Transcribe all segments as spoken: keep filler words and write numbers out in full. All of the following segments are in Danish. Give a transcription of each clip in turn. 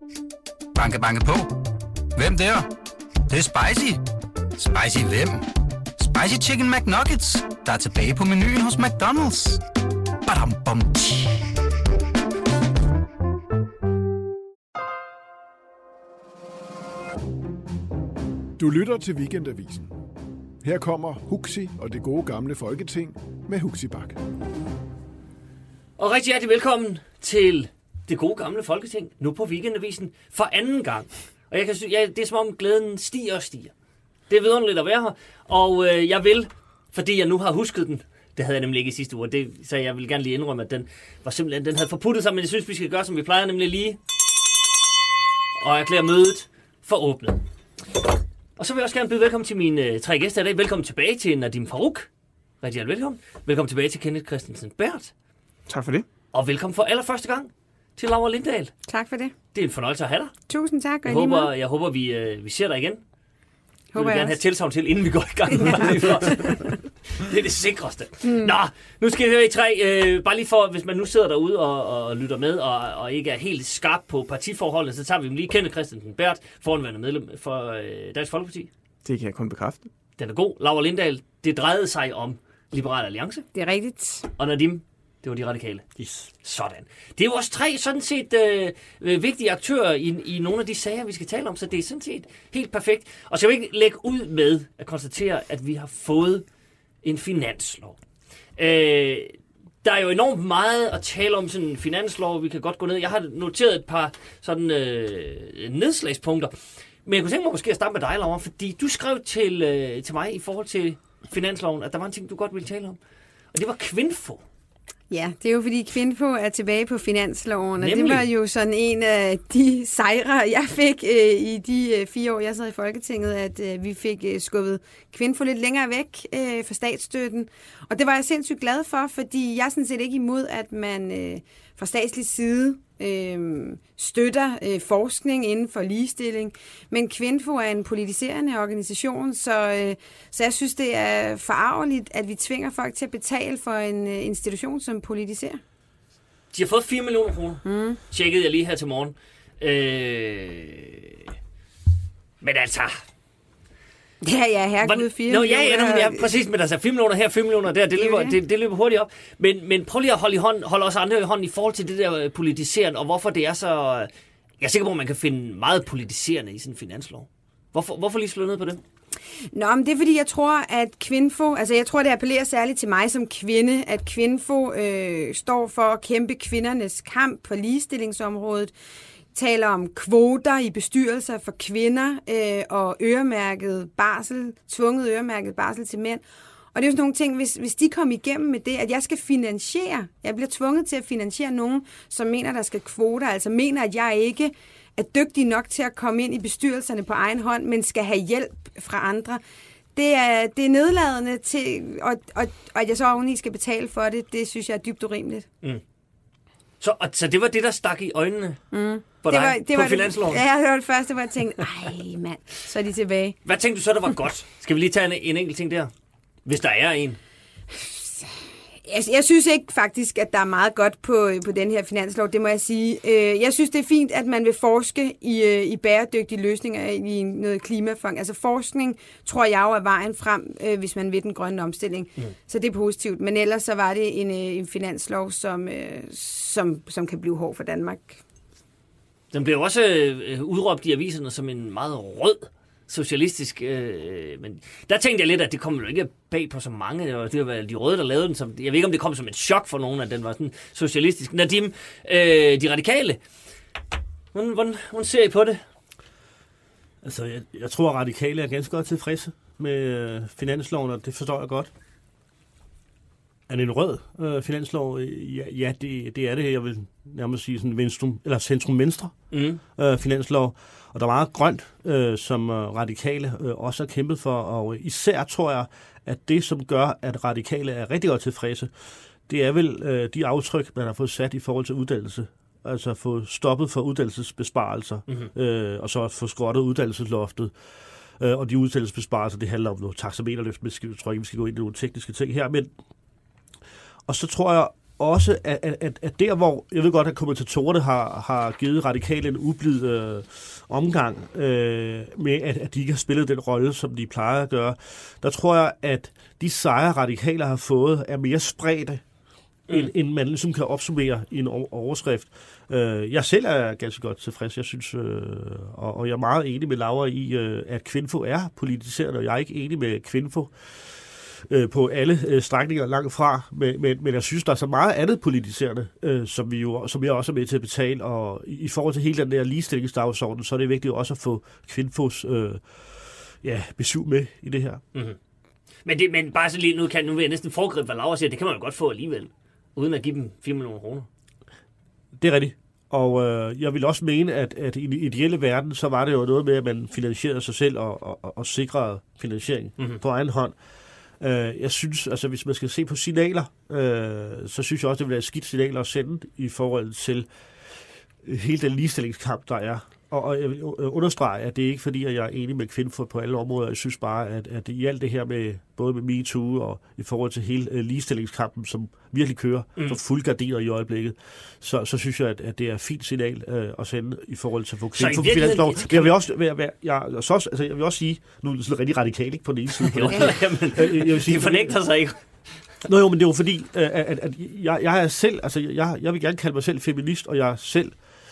Banke, banke på. Hvem der? Det, det er spicy. Spicy hvem? Spicy Chicken McNuggets, der er tilbage på menuen hos McDonald's. Badum, bom, tji. Du lytter til Weekendavisen. Her kommer Huxi og det gode gamle Folketing med Huxi Bak. Og rigtig hjertelig velkommen til det gode gamle Folketing, nu på Weekendavisen, for anden gang. Og jeg kan synes, ja, det er som om glæden stiger og stiger. Det er vidunderligt at være her, og øh, jeg vil, fordi jeg nu har husket den, det havde jeg nemlig ikke i sidste uge, det, så jeg vil gerne lige indrømme, at den var simpelthen, den havde forputtet sig, men jeg synes, vi skal gøre, som vi plejer, nemlig lige og erklære mødet for åbnet. Og så vil jeg også gerne byde velkommen til mine øh, tre gæster i dag. Velkommen tilbage til Nadim Farooq. Rigtig hjertelig velkommen. Velkommen tilbage til Kenneth Kristensen Berth. Tak for det. Og velkommen for allerførste gang til Laura Lindahl. Tak for det. Det er en fornøjelse at have dig. Tusind tak. Jeg håber, jeg håber vi, øh, vi ser dig igen. Håber jeg vil gerne have tilsavn til, inden vi går i gang. Det er det sikreste. Mm. Nå, nu skal vi høre i tre. Øh, bare lige for, hvis man nu sidder derude og, og lytter med, og, og ikke er helt skarp på partiforholdene, så tager vi dem lige. Kenneth Kristensen Berth, forhenværende medlem for øh, Dansk Folkeparti. Det kan jeg kun bekræfte. Den er god. Laura Lindahl, det drejede sig om Liberal Alliance. Det er rigtigt. Og Nadim, det var de radikale. Yes. Sådan. Det er jo også tre sådan set øh, vigtige aktører i, i nogle af de sager, vi skal tale om, så det er sådan set helt perfekt. Og så vil jeg ikke lægge ud med at konstatere, at vi har fået en finanslov. Øh, der er jo enormt meget at tale om sådan en finanslov, vi kan godt gå ned. Jeg har noteret et par sådan øh, nedslagspunkter, men jeg kunne tænke mig måske at starte med dig, Laura, fordi du skrev til, øh, til mig i forhold til finansloven, at der var en ting, du godt ville tale om. Og det var Kvinfo. Ja, det er jo fordi Kvinfo er tilbage på finansloven, og Nemlig. det var jo sådan en af de sejre, jeg fik øh, i de øh, fire år, jeg sad i Folketinget, at øh, vi fik øh, skubbet Kvinfo lidt længere væk øh, fra statsstøtten. Og det var jeg sindssygt glad for, fordi jeg er sådan set ikke imod, at man øh, fra statslig side øh, støtter øh, forskning inden for ligestilling. Men Kvinfo er en politiserende organisation, så, øh, så jeg synes, det er forarveligt, at vi tvinger folk til at betale for en øh, institution, som politiserer. De har fået fire millioner kroner. Mm. Tjekkede jeg lige her til morgen. Øh... Men altså... Ja, ja, herregud, fire Nå, millioner. ja, ja, ja, præcis, men altså fire millioner her, fire millioner der, det løber, det, det løber hurtigt op. Men, men prøv lige at holde, i hånd, holde os andre i hånden i forhold til det der politiserende, og hvorfor det er så... Jeg er sikker på, at man kan finde meget politiserende i sådan en finanslov. Hvorfor, hvorfor lige slå ned på det? Nå, men det er fordi, jeg tror, at Kvinfo, altså jeg tror, det appellerer særligt til mig som kvinde, at Kvinfo øh, står for at kæmpe kvindernes kamp på ligestillingsområdet, taler om kvoter i bestyrelser for kvinder øh, og øremærket barsel, tvunget øremærket barsel til mænd. Og det er jo sådan nogle ting, hvis, hvis de kommer igennem med det, at jeg skal finansiere, jeg bliver tvunget til at finansiere nogen, som mener, der skal kvoter, altså mener, at jeg ikke er dygtig nok til at komme ind i bestyrelserne på egen hånd, men skal have hjælp fra andre. Det er, det er nedladende til, og, og, og at jeg så oveni skal betale for det, det synes jeg er dybt urimeligt. Mm. Så, og, så det var det, der stak i øjnene mm. på dig, det var, det på var finansloven? Det, ja, det var det første, hvor jeg tænkte, ej mand, så er de tilbage. Hvad tænkte du så, der var godt? Skal vi lige tage en, en enkelt ting der? Hvis der er en. Jeg, jeg synes ikke faktisk, at der er meget godt på, på den her finanslov, det må jeg sige. Jeg synes, det er fint, at man vil forske i, i bæredygtige løsninger i noget klimafond. Altså forskning, tror jeg jo er vejen frem, hvis man vil den grønne omstilling. Mm. Så det er positivt. Men ellers så var det en, en finanslov, som, som, som kan blive hård for Danmark. Den blev også udråbt i aviserne som en meget rød socialistisk, øh, men der tænkte jeg lidt, at det kom jo ikke bag på så mange, og det var de røde, der lavede den, så jeg ved ikke, om det kom som et chok for nogen, at den var sådan socialistisk. Nadim, øh, de radikale, hvordan, hvordan, hvordan ser I på det? Altså, jeg, jeg tror, at radikale er ganske godt tilfredse med øh, finansloven, og det forstår jeg godt. Er det en rød øh, finanslov? Ja, ja det, det er det. Jeg vil nærmest sige sådan venstre, eller centrum-venstre mm. øh, finanslov. Og der er meget grønt, øh, som øh, radikale øh, også har kæmpet for. Og især tror jeg, at det, som gør, at radikale er rigtig godt tilfredse, det er vel øh, de aftryk, man har fået sat i forhold til uddannelse. Altså at få stoppet for uddannelsesbesparelser, mm-hmm. øh, og så at få skrottet uddannelsesloftet. Øh, og de uddannelsesbesparelser, det handler om noget taxameterløft, men jeg tror ikke, vi skal gå ind i nogle tekniske ting her. Men og så tror jeg også, at, at, at der, hvor jeg ved godt, at kommentatorerne har, har givet radikale en ublid øh, omgang øh, med, at, at de ikke har spillet den rolle, som de plejer at gøre, der tror jeg, at de sejre, radikaler har fået, er mere spredte, mm. end, end man ligesom kan opsummere i en overskrift. Øh, jeg selv er ganske godt tilfreds, jeg synes, øh, og, og jeg er meget enig med Laura i, øh, at Kvinfo er politiseret, og jeg er ikke enig med Kvinfo øh, på alle øh, strækninger langt fra, men, men, men jeg synes, der er så meget andet politiserende, øh, som, vi jo, som jeg også er med til at betale, og i, i forhold til hele den der ligestillingsdagsorden, så er det vigtigt også at få Kvinfos øh, ja, besøg med i det her. Mm-hmm. Men, det, men bare så lige, nu, kan, nu vil jeg næsten foregribe, hvad Laura siger, det kan man jo godt få alligevel, uden at give dem fire millioner kroner. Det er rigtigt. Og øh, jeg vil også mene, at, at i den ideelle verden, så var det jo noget med, at man finansierede sig selv og, og, og sikrede finansiering mm-hmm. på egen hånd. Øh, jeg synes, altså hvis man skal se på signaler, øh, så synes jeg også, det vil være et skidt signal at sende i forhold til hele den ligestillingskamp, der er. Og jeg vil understrege, at det er ikke fordi, at jeg er enig med Kvinfo på alle områder. Jeg synes bare, at, at i alt det her med, både med MeToo og i forhold til hele uh, ligestillingskampen, som virkelig kører mm. for fuld gardiner i øjeblikket, så, så synes jeg, at, at det er et fint signal uh, at sende i forhold til Kvinfo finanslov. Men jeg vil også, jeg, jeg, jeg, så, altså, jeg vil også sige, nu er det sådan rigtig radikalt, ikke på den ene side. jo, jamen, jeg vil sige, de fornægter sig ikke. Nå jo, men det er jo fordi, at, at, at jeg, jeg er selv, altså jeg, jeg vil gerne kalde mig selv feminist, og jeg er selv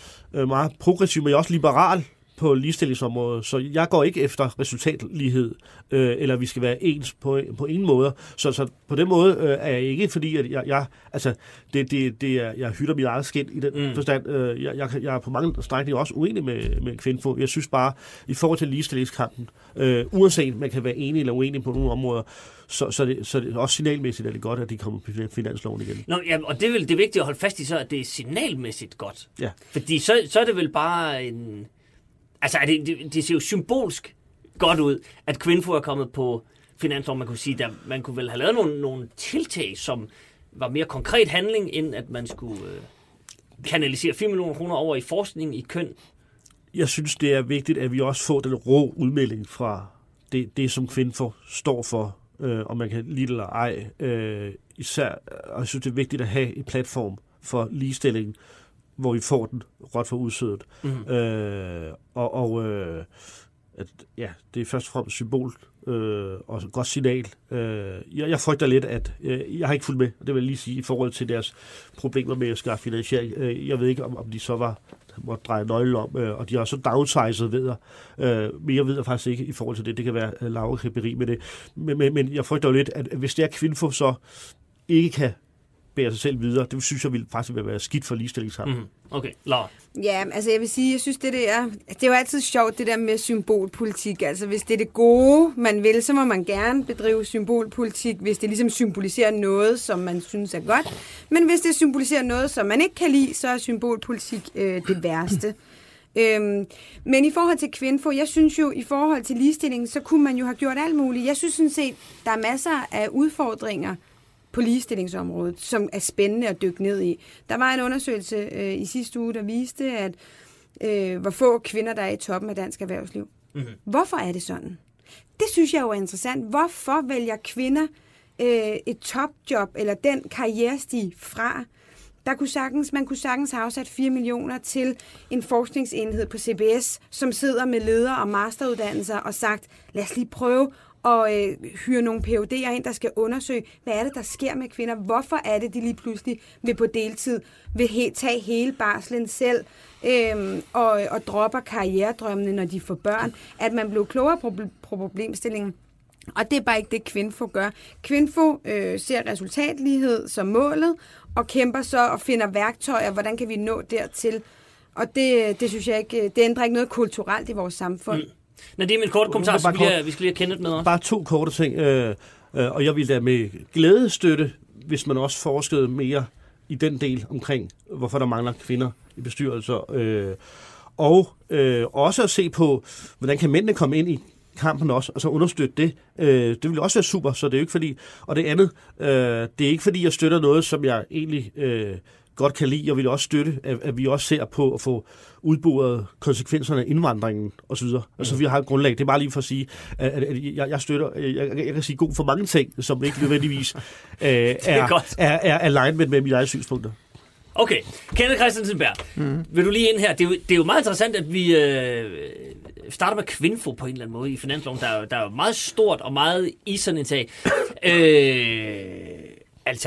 meget progressiv, men jeg er også liberal på ligestillingsområdet, så jeg går ikke efter resultatlighed, øh, eller vi skal være ens på, på ingen måde. Så, så på den måde øh, er jeg ikke, fordi at jeg, jeg altså, det, det, det er, jeg hylder mit eget skind i den mm. forstand. Øh, jeg, jeg, jeg er på mange strækninger også uenig med, med Kvinfo. Jeg synes bare, i forhold til ligestillingskampen, øh, uanset man kan være enig eller uenig på nogle områder, så, så, det, så det også signalmæssigt er det godt, at de kommer på finansloven igen. Nå, ja, og det er vel det vigtige at holde fast i så, at det er signalmæssigt godt. Ja. Fordi så, så er det vel bare en... Altså, det, det, det ser jo symbolsk godt ud, at Kvinfo er kommet på finansloven. Man kunne sige, at man kunne vel have lavet nogle, nogle tiltag, som var mere konkret handling, end at man skulle øh, kanalisere fire millioner kroner over i forskning i køn. Jeg synes, det er vigtigt, at vi også får den rå udmelding fra det, det som Kvinfo står for, øh, om man kan lide eller ej. Øh, især, og jeg synes, det er vigtigt at have en platform for ligestilling, hvor vi får den ret for udsødet. Mm. Øh, og og øh, at, ja, det er først og fremmest symbol øh, og et godt signal. Øh, jeg, jeg frygter lidt, at øh, jeg har ikke fulgt med, det vil jeg lige sige, i forhold til deres problemer med at skaffe finansiering. Øh, jeg ved ikke, om, om de så var måtte dreje nøglen om, øh, og de har så downsized, ved jeg. Øh, men jeg ved faktisk ikke i forhold til det. Det kan være uh, lavkribberi med det. Men, men, men jeg frygter jo lidt, at hvis det er Kvinfo, så ikke kan bære sig selv videre. Det synes jeg vil faktisk vil være skidt for ligestillingskampen. Mm. Okay, Laura. Ja, altså jeg vil sige, jeg synes, det der, det er jo altid sjovt, det der med symbolpolitik. Altså hvis det er det gode, man vil, så må man gerne bedrive symbolpolitik, hvis det ligesom symboliserer noget, som man synes er godt. Men hvis det symboliserer noget, som man ikke kan lide, så er symbolpolitik øh, det værste. Øhm, men i forhold til Kvinfo, jeg synes jo, i forhold til ligestilling, så kunne man jo have gjort alt muligt. Jeg synes sådan set, der er masser af udfordringer på ligestillingsområdet, som er spændende at dykke ned i. Der var en undersøgelse øh, i sidste uge, der viste, at øh, hvor få kvinder, der er i toppen af dansk erhvervsliv. Mm-hmm. Hvorfor er det sådan? Det synes jeg jo er interessant. Hvorfor vælger kvinder øh, et topjob, eller den karrierestige fra? Der kunne sagtens, man kunne sagtens have afsat fire millioner til en forskningsenhed på C B S, som sidder med leder- og masteruddannelser og sagt, lad os lige prøve og øh, hyre nogle P H D'er ind, der skal undersøge, hvad er det, der sker med kvinder? Hvorfor er det, de lige pludselig vil på deltid, vil he- tage hele barslen selv øh, og, og dropper karrieredrømmene, når de får børn? At man blev klogere på, på problemstillingen. Og det er bare ikke det, Kvinfo gør. Kvinfo øh, ser resultatlighed som målet, og kæmper så og finder værktøjer, hvordan kan vi nå dertil? Og det, det synes jeg ikke, det ændrer ikke noget kulturelt i vores samfund. Mm. Når det er min korte kommentar, så vi, vi skal lige have kendt med os. Bare to korte ting, øh, øh, og jeg vil da med glæde støtte, hvis man også forskede mere i den del omkring, hvorfor der mangler kvinder i bestyrelser, øh, og øh, også at se på, hvordan kan mændene komme ind i kampen også, og så understøtte det. Øh, det vil også være super, så det er jo ikke fordi... Og det andet, øh, det er ikke fordi, jeg støtter noget, som jeg egentlig øh, godt kan lide, og vil også støtte, at, at vi også ser på at få udboret konsekvenserne af indvandringen osv. Mm. Altså, vi har et grundlag. Det er bare lige for at sige, at, at, at jeg, jeg støtter, jeg, jeg kan sige god for mange ting, som ikke nødvendigvis øh, er, er, er, er alignment med mine egne synspunkter. Okay, Kenneth Christensen Berth, mm. vil du lige ind her? Det er, jo, det er jo meget interessant, at vi øh, starter med Kvinfo på en eller anden måde i finansloven. Der er jo, der er jo meget stort og meget i sådan en sag. øh, altså,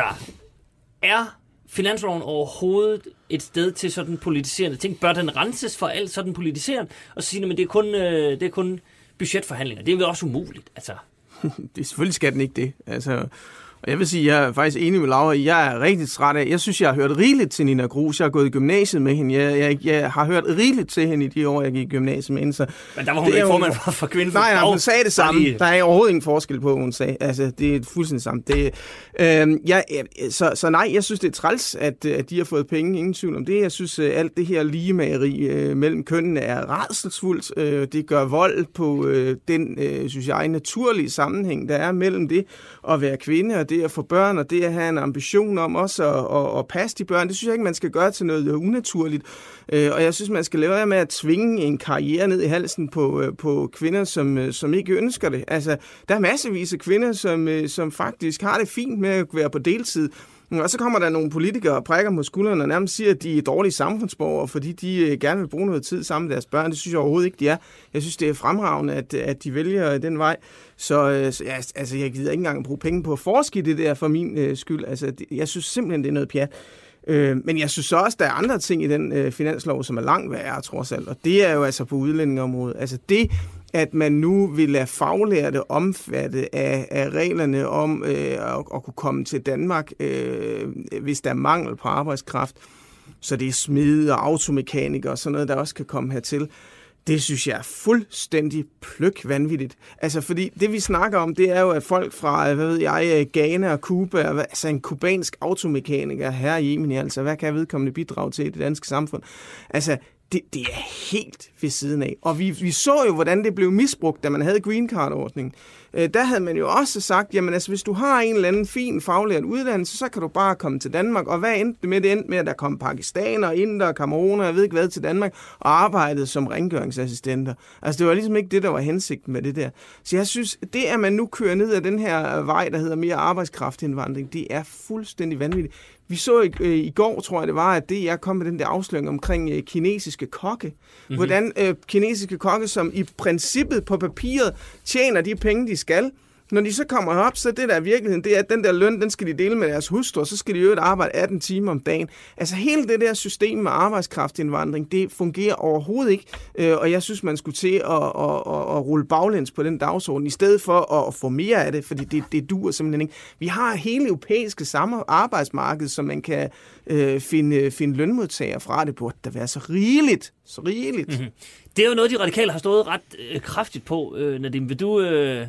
er finansloven overhovedet et sted til sådan politiserende ting? Bør den renses for alt sådan politiserende? Og så sige, at det er kun, øh, det er kun budgetforhandlinger. Det er jo også umuligt, altså. Det, selvfølgelig skal den ikke det, altså. Og jeg vil sige, jeg er faktisk enig med Laura. Jeg er rigtig træt af. Jeg synes, jeg har hørt rigeligt til Nina Grus. Jeg har gået i gymnasiet med hende. Jeg, jeg, jeg har hørt rigeligt til hende i de år, jeg gik i gymnasiet med hende. Så men der var hun ikke formand for, for Kvinfo. Nej, nej, hun sagde det samme. Lige... Der er overhovedet ingen forskel på, hvad hun sagde. Altså, det er fuldstændig samme. Det, øh, jeg, så, så nej, jeg synes, det er træls, at, at de har fået penge. Ingen tvivl om det. Jeg synes, alt det her ligemageri øh, mellem kønnene er rædselsfuldt. Øh, det gør vold på øh, den, øh, synes jeg, naturlige sammenhæng, der er mellem det at være kvinde og det at få børn, og det at have en ambition om også at, at, at passe de børn. Det synes jeg ikke, man skal gøre til noget unaturligt. Øh, og jeg synes, man skal lade være med at tvinge en karriere ned i halsen på, på kvinder, som, som ikke ønsker det. Altså, der er massevis af kvinder, som, som faktisk har det fint med at være på deltid. Og så kommer der nogle politikere og prikker på skuldrene og nærmest siger, at de er dårlige samfundsborgere, fordi de gerne vil bruge noget tid sammen med deres børn. Det synes jeg overhovedet ikke, de er. Jeg synes, det er fremragende, at, at de vælger den vej. Så, så ja, altså, jeg gider ikke engang bruge penge på at forske i det der for min øh, skyld. Altså, det, jeg synes simpelthen, det er noget pjat. Øh, men jeg synes også, der er andre ting i den øh, finanslov, som er langt værre, trods alt. Og det er jo altså på udlændingeområdet. Altså det, at man nu vil lade faglærte omfatte af, af reglerne om øh, at, at kunne komme til Danmark, øh, hvis der er mangel på arbejdskraft, så det er smede og automekanikere og sådan noget, der også kan komme hertil. Det synes jeg er fuldstændig pløk vanvittigt. Altså, fordi det, vi snakker om, det er jo, at folk fra, hvad ved jeg, Ghana og Cuba, altså en kubansk automekaniker her i Yemen, altså, hvad kan jeg vedkommende bidrage til i det danske samfund? Altså, det, det er helt ved siden af. Og vi, vi så jo, hvordan det blev misbrugt, da man havde green card-ordningen. Øh, der havde man jo også sagt, jamen altså, hvis du har en eller anden fin faglært uddannelse, så kan du bare komme til Danmark. Og hvad endte det med? Det endte med, at der kom pakistaner, inder, kameruner, jeg ved ikke hvad, til Danmark, og arbejdede som rengøringsassistenter. Altså, det var ligesom ikke det, der var hensigten med det der. Så jeg synes, det, at man nu kører ned ad den her vej, der hedder mere arbejdskraftindvandring, det er fuldstændig vanvittigt. Vi så i, øh, i går, tror jeg det var, at det jeg kom med den der afsløring omkring øh, kinesiske kokke. Mm-hmm. Hvordan øh, kinesiske kokke, som i princippet på papiret tjener de penge, de skal. Når de så kommer op, så det der er virkeligheden, det er, at den der løn, den skal de dele med deres hustru, og så skal de jo arbejde atten timer om dagen. Altså hele det der system med arbejdskraftindvandring, det fungerer overhovedet ikke, øh, og jeg synes, man skulle til at, at, at, at rulle baglæns på den dagsorden, i stedet for at, at få mere af det, fordi det, det duer simpelthen ikke. Vi har hele europæiske samme arbejdsmarked, som man kan øh, finde, finde lønmodtagere fra. Det burde da være så rigeligt, så rigeligt. Mm-hmm. Det er jo noget, de radikale har stået ret øh, kraftigt på, øh, Nadim. Vil du... Øh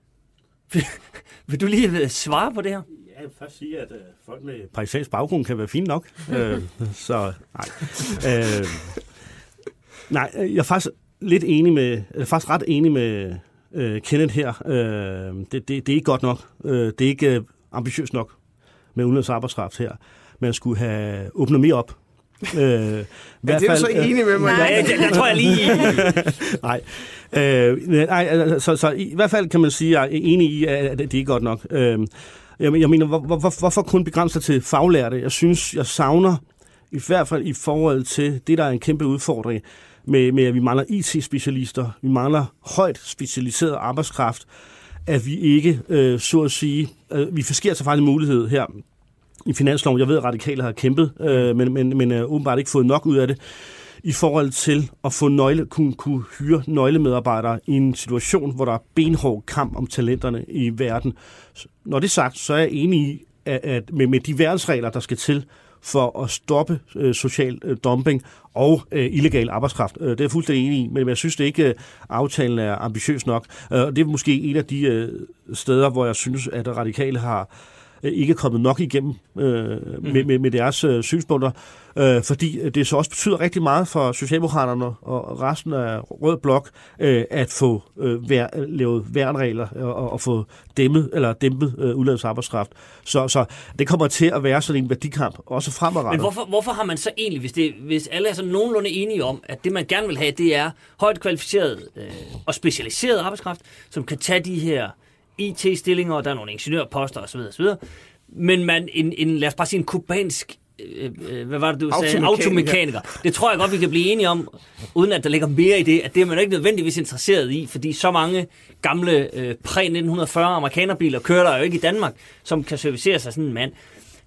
Vil du lige svare på det her? Jeg vil først sige, at øh, folk med pakistansk baggrund kan være fint nok. øh, så nej. Øh, nej, jeg er faktisk lidt enig med, jeg er faktisk ret enig med øh, Kenneth her. Øh, det, det, det er ikke godt nok. Øh, det er ikke øh, ambitiøst nok med udenlands arbejdskraft her. Man skulle have åbnet mere op. Øh, er det fald, så enig med mig? Nej, det, der tror jeg lige. nej, øh, nej så, så i hvert fald kan man sige, at jeg er enig i, at det er godt nok. Øh, jeg, jeg mener, hvor, hvor, hvorfor kun begrænse til faglærte? Jeg synes, jeg savner, i hvert fald i forhold til det, der er en kæmpe udfordring, med, med at vi mangler I T-specialister, vi mangler højt specialiseret arbejdskraft, at vi ikke, øh, så at sige, øh, vi forskerer sig faktisk en mulighed her, i finansloven. Jeg ved, at radikale har kæmpet, øh, men, men, men øh, åbenbart ikke fået nok ud af det, i forhold til at få nøgle, kunne, kunne hyre nøglemedarbejdere i en situation, hvor der er benhård kamp om talenterne i verden. Når det er sagt, så er jeg enig i, at, at med, med de værnsregler, der skal til for at stoppe øh, social øh, dumping og øh, illegal arbejdskraft. Øh, det er jeg fuldstændig enig i, men jeg synes det ikke, at aftalen er ambitiøs nok. Øh, det er måske en af de øh, steder, hvor jeg synes, at radikale har ikke er kommet nok igennem øh, mm. med, med, med deres øh, synspunkter, øh, fordi det så også betyder rigtig meget for Socialdemokraterne og resten af Rød Blok øh, at få øh, vær, lavet værnregler og, og få dæmmet, eller dæmpet øh, udlandets arbejdskraft. Så, så det kommer til at være sådan en værdikamp, også fremadrettet. Men hvorfor, hvorfor har man så egentlig, hvis, det, hvis alle er sådan nogenlunde enige om, at det man gerne vil have, det er højt kvalificeret øh, og specialiseret arbejdskraft, som kan tage de her I T-stillinger, og der er nogle ingeniørposter osv. osv. Men man, en, en, lad os bare sige en kubansk, øh, øh, hvad var det, du sagde? Automekaniker. Det tror jeg godt, vi kan blive enige om, uden at der ligger mere i det, at det er man ikke nødvendigvis interesseret i, fordi så mange gamle øh, præ nitten fyrre amerikanerbiler kører der jo ikke i Danmark, som kan servicere sig sådan en mand.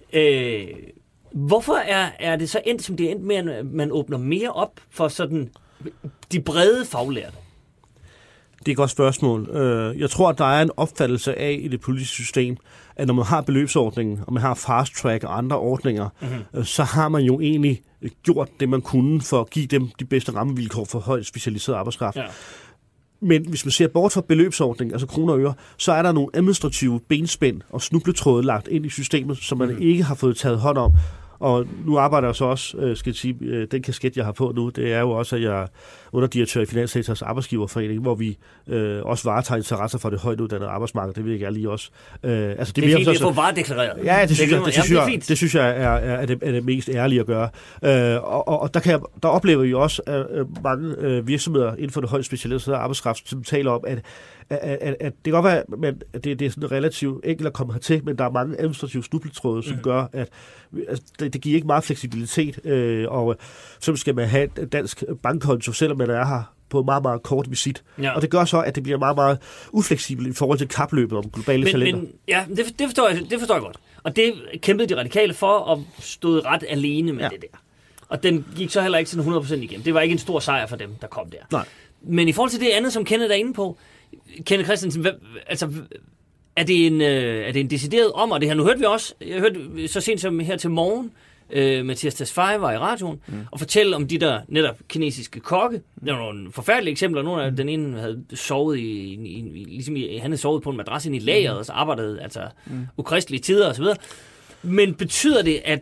Øh, hvorfor er, er det så endt, som det er endt med, at man åbner mere op for sådan de brede faglærte? Det er et godt spørgsmål. Jeg tror, at der er en opfattelse af i det politiske system, at når man har beløbsordningen, og man har fast track og andre ordninger, mm-hmm. så har man jo egentlig gjort det, man kunne for at give dem de bedste rammevilkår for højt specialiseret arbejdskraft. Ja. Men hvis man ser bort fra beløbsordningen, altså kroner og øre, så er der nogle administrative benspænd og snubletråde lagt ind i systemet, som man mm-hmm. ikke har fået taget hånd om. Og nu arbejder jeg så også, skal jeg sige, den kasket, jeg har på nu, det er jo også, at jeg er underdirektør i Finanssektors Arbejdsgiverforening, hvor vi øh, også varetager interesser for det højt uddannede arbejdsmarked. Det vil jeg gerne lige også. Øh, altså, det, det er fint, at få varedeklareret. Ja, det synes, det, jeg, det, synes, jeg, det, det synes jeg er, er, er, det, er det mest ærlige at gøre. Øh, og, og der, kan jeg, der oplever vi også, at øh, mange øh, virksomheder inden for det højt specialiserede arbejdskraft, som taler om, at At, at, at det kan godt være, at det, det er sådan relativt enkelt at komme hertil, men der er mange administrative snubletråde, som mm. gør, at altså, det, det giver ikke meget fleksibilitet, øh, og så skal man have et dansk bankkonto, selvom man er her på meget, meget kort visit. Ja. Og det gør så, at det bliver meget, meget ufleksibelt i forhold til kapløbet om globale men, talenter. Men, ja, det, det, forstår jeg, det forstår jeg godt. Og det kæmpede de radikale for, og stod ret alene med ja. det der. Og den gik så heller ikke sådan hundrede procent igennem. Det var ikke en stor sejr for dem, der kom der. Nej. Men i forhold til det andet, som Kenneth er inde på, Kenneth Christensen, hvad, altså, er det en, øh, er det en decideret om, og det her, nu hørte vi også, jeg hørte så sent som her til morgen, øh, Mathias Tesfaye var i radioen, mm. og fortælle om de der netop kinesiske kokke. Der var nogle forfærdelige eksempler, nogle af mm. den ene havde sovet i, i, i ligesom i, han havde sovet på en madras inde i lageret, mm. og så arbejdede altså mm. ukristelige tider og så videre. Men betyder det, at,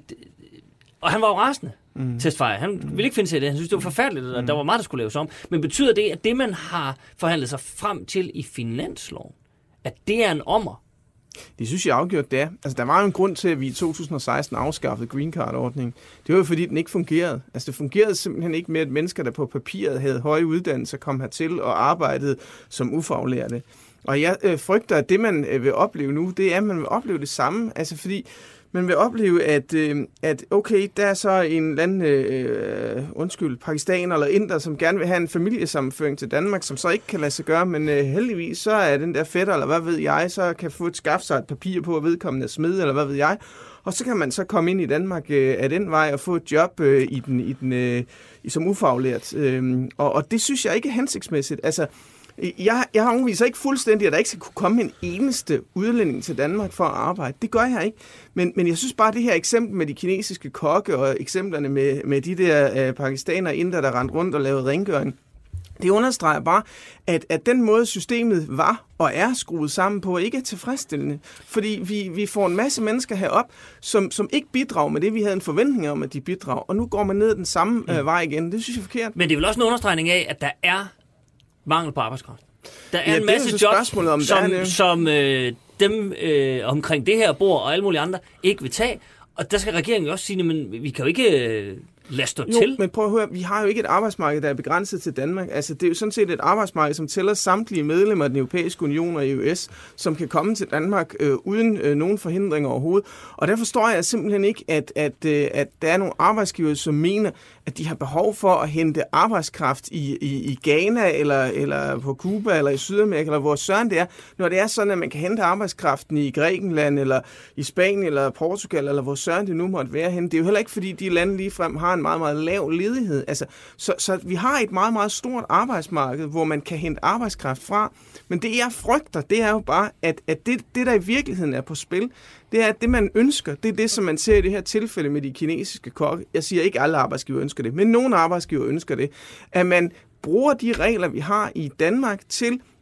og han var jo rasende, Mm. Tesfaye. Han ville ikke finde sig i det. Han synes, det var forfærdeligt, og mm. der var meget, der skulle laves om. Men betyder det, at det, man har forhandlet sig frem til i finansloven, at det er en ommer? Det synes jeg afgjort, det er. Altså, der var jo en grund til, at vi i to tusind og seksten afskaffede Green Card-ordningen. Det var jo, fordi den ikke fungerede. Altså, det fungerede simpelthen ikke med, at mennesker, der på papiret havde høje uddannelser, kom hertil og arbejdede som ufaglærte. Og jeg øh, frygter, at det, man øh, vil opleve nu, det er, at man vil opleve det samme. Altså, fordi man vil opleve, at, øh, at okay, der er så en eller anden, øh, undskyld, pakistaner eller inder, som gerne vil have en familiesammenføring til Danmark, som så ikke kan lade sig gøre, men øh, heldigvis så er den der fætter, eller hvad ved jeg, så kan få et skaffe sig et papir på, at vedkommende er smed, eller hvad ved jeg, og så kan man så komme ind i Danmark øh, af den vej og få et job øh, i den, i den, øh, i, som ufaglært. Øh, og, og det synes jeg ikke er hensigtsmæssigt. Altså, Jeg, jeg afviser ikke fuldstændig, at der ikke skal kunne komme en eneste udlænding til Danmark for at arbejde. Det gør jeg ikke. Men, men jeg synes bare, at det her eksempel med de kinesiske kokke og eksemplerne med, med de der øh, pakistanere og inder, der rendte rundt og lavede rengøring, det understreger bare, at, at den måde systemet var og er skruet sammen på, ikke er tilfredsstillende. Fordi vi, vi får en masse mennesker herop, som, som ikke bidrager med det, vi havde en forventning om, at de bidrager. Og nu går man ned den samme øh, vej igen. Det synes jeg er forkert. Men det er vel også en understregning af, at der er mangel på arbejdskraft. Der er ja, en masse jobs, om som, det. som øh, dem øh, omkring det her bord og alle mulige andre ikke vil tage. Og der skal regeringen jo også sige, men vi kan jo ikke øh, lade stå jo, til. Men prøv at høre, vi har jo ikke et arbejdsmarked, der er begrænset til Danmark. Altså, det er jo sådan set et arbejdsmarked, som tæller samtlige medlemmer af den europæiske union og E U S, som kan komme til Danmark øh, uden øh, nogen forhindringer overhovedet. Og der forstår jeg simpelthen ikke, at, at, øh, at der er nogle arbejdsgivere, som mener, at de har behov for at hente arbejdskraft i, i, i Ghana, eller, eller på Cuba, eller i Sydamerika, eller hvor søren det er, når det er sådan, at man kan hente arbejdskraften i Grækenland, eller i Spanien, eller Portugal, eller hvor søren det nu måtte være henne. Det er jo heller ikke, fordi de lande ligefrem har en meget, meget lav ledighed. Altså, så, så vi har et meget, meget stort arbejdsmarked, hvor man kan hente arbejdskraft fra. Men det, jeg frygter, det er jo bare, at, at det, det, der i virkeligheden er på spil, det er, at det, man ønsker, det er det, som man ser i det her tilfælde med de kinesiske kokke. Jeg siger ikke, at alle arbejdsgiver ønsker det, men nogle arbejdsgiver ønsker det, at man bruger de regler, vi har i Danmark til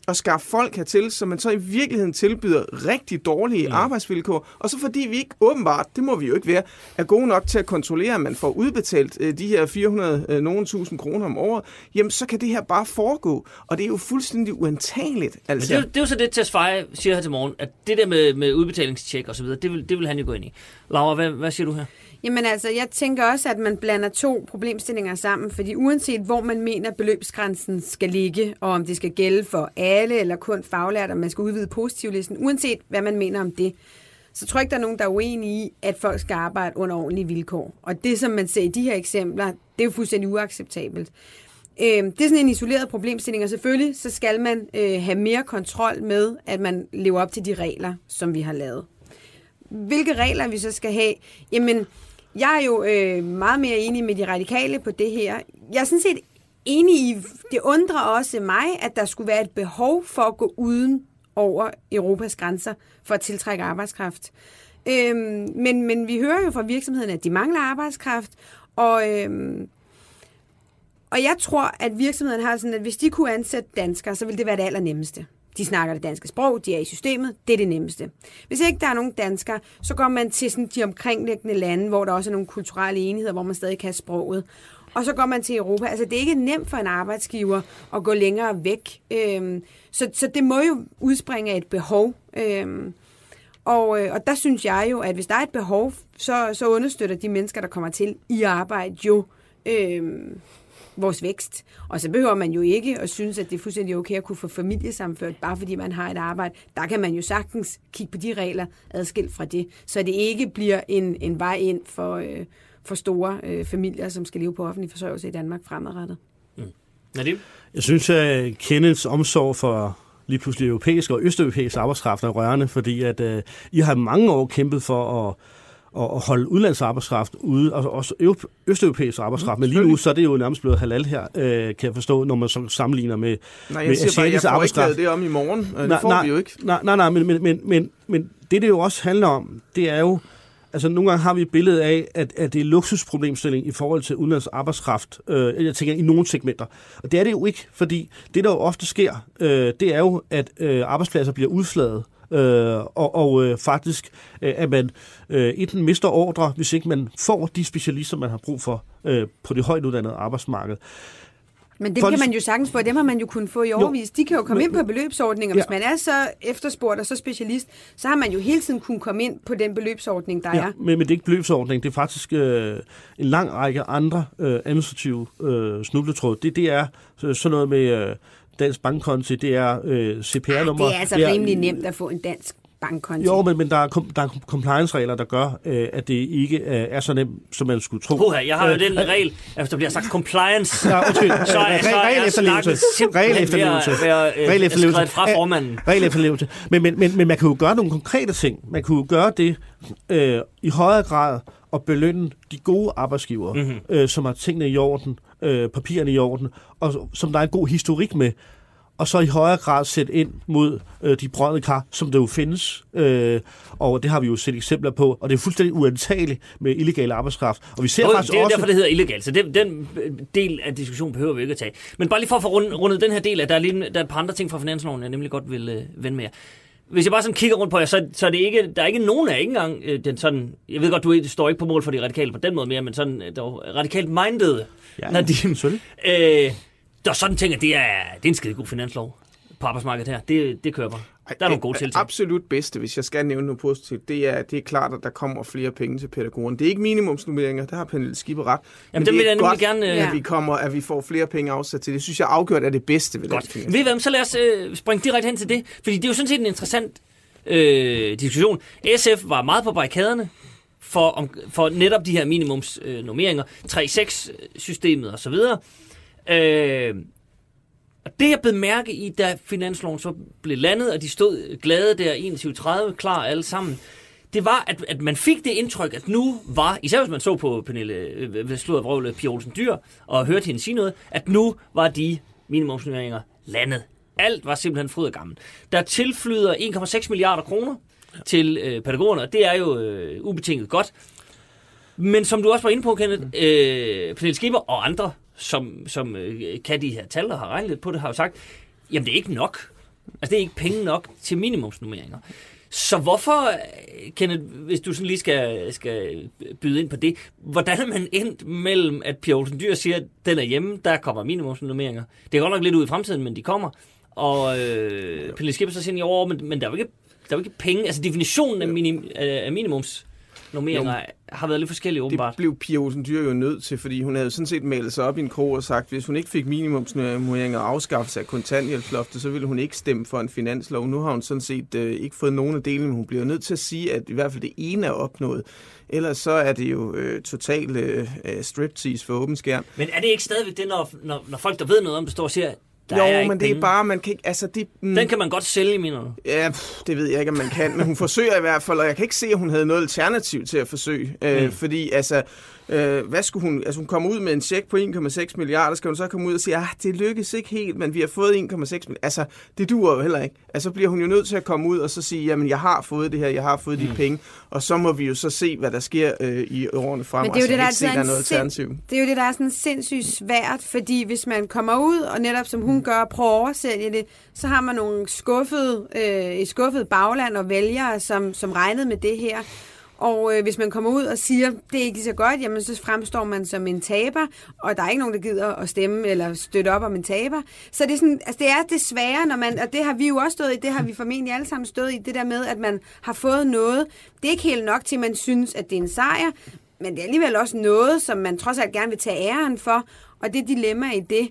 at skaffe folk hertil, som man så i virkeligheden tilbyder rigtig dårlige mm. arbejdsvilkår. Og så fordi vi ikke åbenbart, det må vi jo ikke være, er gode nok til at kontrollere, at man får udbetalt øh, de her fire hundrede øh, nogen tusind kroner om året, jamen så kan det her bare foregå. Og det er jo fuldstændig uantageligt. Altså. Men det, er jo, det er jo så det, Tesfaye siger her til morgen, at det der med, med udbetalingstjek og så videre, det vil, det vil han jo gå ind i. Laura, hvad, hvad siger du her? Jamen altså, jeg tænker også, at man blander to problemstillinger sammen, fordi uanset hvor man mener, beløbsgrænsen skal ligge, og om det skal gælde for alle eller kun faglærte, og man skal udvide positivlisten, uanset hvad man mener om det, så tror jeg ikke, der er nogen, der er uenige i, at folk skal arbejde under ordentlige vilkår. Og det, som man ser i de her eksempler, det er jo fuldstændig uacceptabelt. Det er sådan en isoleret problemstilling, og selvfølgelig så skal man have mere kontrol med, at man lever op til de regler, som vi har lavet. Hvilke regler vi så skal have? Jamen, jeg er jo øh, meget mere enig med de radikale på det her. Jeg er sådan set enig i, det undrer også mig, at der skulle være et behov for at gå uden over Europas grænser for at tiltrække arbejdskraft. Øhm, men, men vi hører jo fra virksomheden, at de mangler arbejdskraft, og, øhm, og jeg tror, at virksomheden har sådan, at hvis de kunne ansætte danskere, så ville det være det allernemmeste. De snakker det danske sprog, de er i systemet, det er det nemmeste. Hvis ikke der er nogen danskere, så går man til sådan de omkringliggende lande, hvor der også er nogle kulturelle enheder, hvor man stadig kan sproget. Og så går man til Europa. Altså det er ikke nemt for en arbejdsgiver at gå længere væk. Øhm, så, så det må jo udspringe af et behov. Øhm, og, og der synes jeg jo, at hvis der er et behov, så, så understøtter de mennesker, der kommer til i arbejde jo øhm, vores vækst. Og så behøver man jo ikke at synes, at det er fuldstændig okay at kunne få familiesammenført, bare fordi man har et arbejde. Der kan man jo sagtens kigge på de regler adskilt fra det, så det ikke bliver en, en vej ind for, øh, for store øh, familier, som skal leve på offentlig forsørgelse i Danmark fremadrettet. Mm. Er det? Jeg synes, at Kenneths omsorg for lige pludselig europæisk og østeuropæisk arbejdskraft er rørende, fordi at øh, I har mange år kæmpet for at og holde udlandsarbejdskraft ude, og også østeuropæisk arbejdskraft, mm, men lige nu så er det jo nærmest blevet halal her, øh, kan jeg forstå, når man så sammenligner med Nej, jeg med siger bare, jeg får arbejdskraft. Ikke det om i morgen, det nej, får nej, vi jo ikke. Nej, nej, nej, men, men, men, men, men det, det jo også handler om, det er jo, altså nogle gange har vi et billede af, at, at det er luksusproblemstilling i forhold til udenlands arbejdskraft, øh, jeg tænker i nogle segmenter, og det er det jo ikke, fordi det, der jo ofte sker, øh, det er jo, at øh, arbejdspladser bliver udflaget, Øh, og og øh, faktisk, øh, at man øh, enten mister ordre, hvis ikke man får de specialister, man har brug for øh, på det højt uddannede arbejdsmarked. Men dem kan man jo sagtens få, dem har man jo kunnet få i overvis. De kan jo komme men, ind på beløbsordninger. Hvis ja. man er så efterspurgt og så specialist, så har man jo hele tiden kunnet komme ind på den beløbsordning, der ja, er. Men, men det er ikke beløbsordning, det er faktisk øh, en lang række andre øh, administrative øh, snubletråd. Det, det er sådan noget med Øh, dansk bankkonto, det er øh, C P R-nummer. Det er altså det er, rimelig nemt at få en dansk bankkonto. Jo, men, men der, er, der er compliance-regler, der gør, øh, at det ikke øh, er så nemt, som man skulle tro. Uha, jeg har jo øh, den regel, at hvis der bliver sagt compliance, ja, okay. så, så er, så er snakken simpelthen ved at være skrevet fra formanden. Regel efterlevelse. Men, men, men, men man kan jo gøre nogle konkrete ting. Man kan jo gøre det øh, i højere grad og belønne de gode arbejdsgivere, mm-hmm. øh, som har tingene i orden, øh, papirerne i orden, og som der er en god historik med, og så i højere grad sætte ind mod øh, de brodne kar, som der jo findes. Øh, og det har vi jo set eksempler på, og det er fuldstændig uantageligt med illegal arbejdskraft. Og vi ser jo, faktisk det er også derfor, det hedder illegal, så den, den del af diskussionen behøver vi ikke at tage. Men bare lige for at få rundet, rundet den her del, at der er, lige, der er et par andre ting fra finansloven, jeg nemlig godt vil øh, vende med jer. Hvis jeg bare sådan kigger rundt på jer, så, så er det ikke, der er ikke nogen af ikke engang øh, den sådan, jeg ved godt, du står ikke på mål for de radikale på den måde mere, men sådan der radikalt minded, ja, når de, øh, der sådan tænker, det er, det er en skide god finanslov på arbejdsmarkedet her. Det, det kører bare. Der er nogle gode tiltag. Absolut bedste, hvis jeg skal nævne noget positivt, det er, det er klart, at der kommer flere penge til pædagogerne. Det er ikke minimumsnummeringer, der har Pernille Skipper ret. Jamen, det vil jeg godt, gerne... At vi, kommer, at vi får flere penge afsat til. Det synes jeg afgjort er det bedste ved godt. det. Ved I hvad, så lad os øh, springe direkte hen til det, fordi det er jo sådan set en interessant øh, diskussion. S F var meget på barrikaderne for, om, for netop de her minimumsnummeringer, øh, tre seks systemet og så videre. Øh, og det jeg blev mærke i, da finansloven så blev landet, og de stod glade der enogtyve tredive, klar alle sammen, det var, at, at man fik det indtryk, at nu var, især hvis man så på Pernille Sluddervrøvle, Pia Olsen Dyhr, og hørte hende sige noget, at nu var de minimumsnummeringer landet. Alt var simpelthen fryd og gammel. Der tilflyder en komma seks milliarder kroner til øh, pædagogerne, og det er jo øh, ubetinget godt. Men som du også var inde på, Kenneth, øh, Pernille Skipper og andre, som, som øh, kan de her tal og har regnet lidt på det, har jo sagt, jamen det er ikke nok. Altså, det er ikke penge nok til minimumsnormeringer. Så hvorfor, Kenneth, hvis du sådan lige skal, skal byde ind på det, hvordan er man endt mellem, at Pia Olsen Dyhr siger, at den er hjemme, der kommer minimumsnormeringer. Det er godt nok lidt ud i fremtiden, men de kommer. Og øh, Pernille Skipper så siger i år, men, men der er jo ikke, der er jo ikke penge. Altså definitionen af, minim, af minimums normeringer har været lidt forskellige, åbenbart. Det blev Pia Olsen Dyhr jo nødt til, fordi hun havde sådan set malet sig op i en krog og sagt, hvis hun ikke fik minimumsnormeringer og afskaffelse af kontanthjælpsloftet, så ville hun ikke stemme for en finanslov. Nu har hun sådan set øh, ikke fået nogen af delene, men hun bliver nødt til at sige, at i hvert fald det ene er opnået. Ellers så er det jo øh, totalt øh, striptease for åben skærm. Men er det ikke stadigvæk det, når, når, når folk, der ved noget om det, står og siger, der jo, er ikke men det penge. er bare, man kan ikke, altså det... Mm, Den kan man godt sælge, mener du? Ja, pff, det ved jeg ikke, om man kan, men hun forsøger i hvert fald, og jeg kan ikke se, at hun havde noget alternativ til at forsøge, øh, mm. fordi altså... Øh, hvad skulle hun, altså hun kommer ud med en check på en komma seks milliarder, skal hun så komme ud og sige, ah, det lykkes ikke helt, men vi har fået en komma seks milliarder. Altså, det duer jo heller ikke. Altså, bliver hun jo nødt til at komme ud og så sige, jamen, jeg har fået det her, jeg har fået mm. de penge, og så må vi jo så se, hvad der sker øh, i årene frem. Men det er jo det, der, altså, er se, der er noget alternativ. Det er jo det, der er sådan sindssygt svært, fordi hvis man kommer ud, og netop som hun gør, prøver at oversælge det, så har man nogle skuffede, øh, et skuffet bagland og vælgere, som, som regnede med det her. Og øh, hvis man kommer ud og siger, det er ikke så godt, jamen så fremstår man som en taber, og der er ikke nogen, der gider at stemme eller støtte op om en taber. Så det er, sådan, altså det er det svære, når man, og det har vi jo også stået i, det har vi formentlig alle sammen stået i, det der med, at man har fået noget. Det er ikke helt nok til, at man synes, at det er en sejr, men det er alligevel også noget, som man trods alt gerne vil tage æren for, og det er dilemma i det.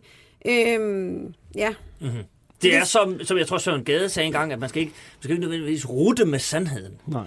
Øhm, ja. Mm-hmm. Det er som, som jeg tror, Søren Gade sagde engang, at man skal ikke, man skal ikke nødvendigvis rute med sandheden. Nej.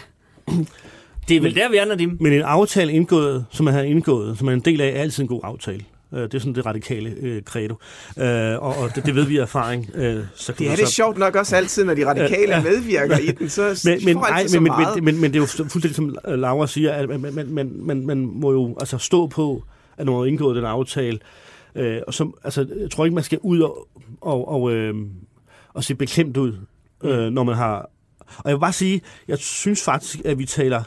Det er vel men, der, vi er, når de... Men en aftale indgået, som man har indgået, som er en del af, er altid en god aftale. Det er sådan det radikale øh, credo. Øh, og og det, det ved vi af erfaring. Øh, så det er det så... sjovt nok også altid, når de radikale øh, medvirker i den, så men, men, ej, så men, men, men, men det er jo fuldstændig som Laura siger, at man, man, man, man, man må jo altså stå på, at når man har indgået den aftale, øh, og som, altså, jeg tror ikke, man skal ud og, og, og, øh, og se beklemt ud, øh, når man har... Og jeg vil bare sige, jeg synes faktisk, at vi taler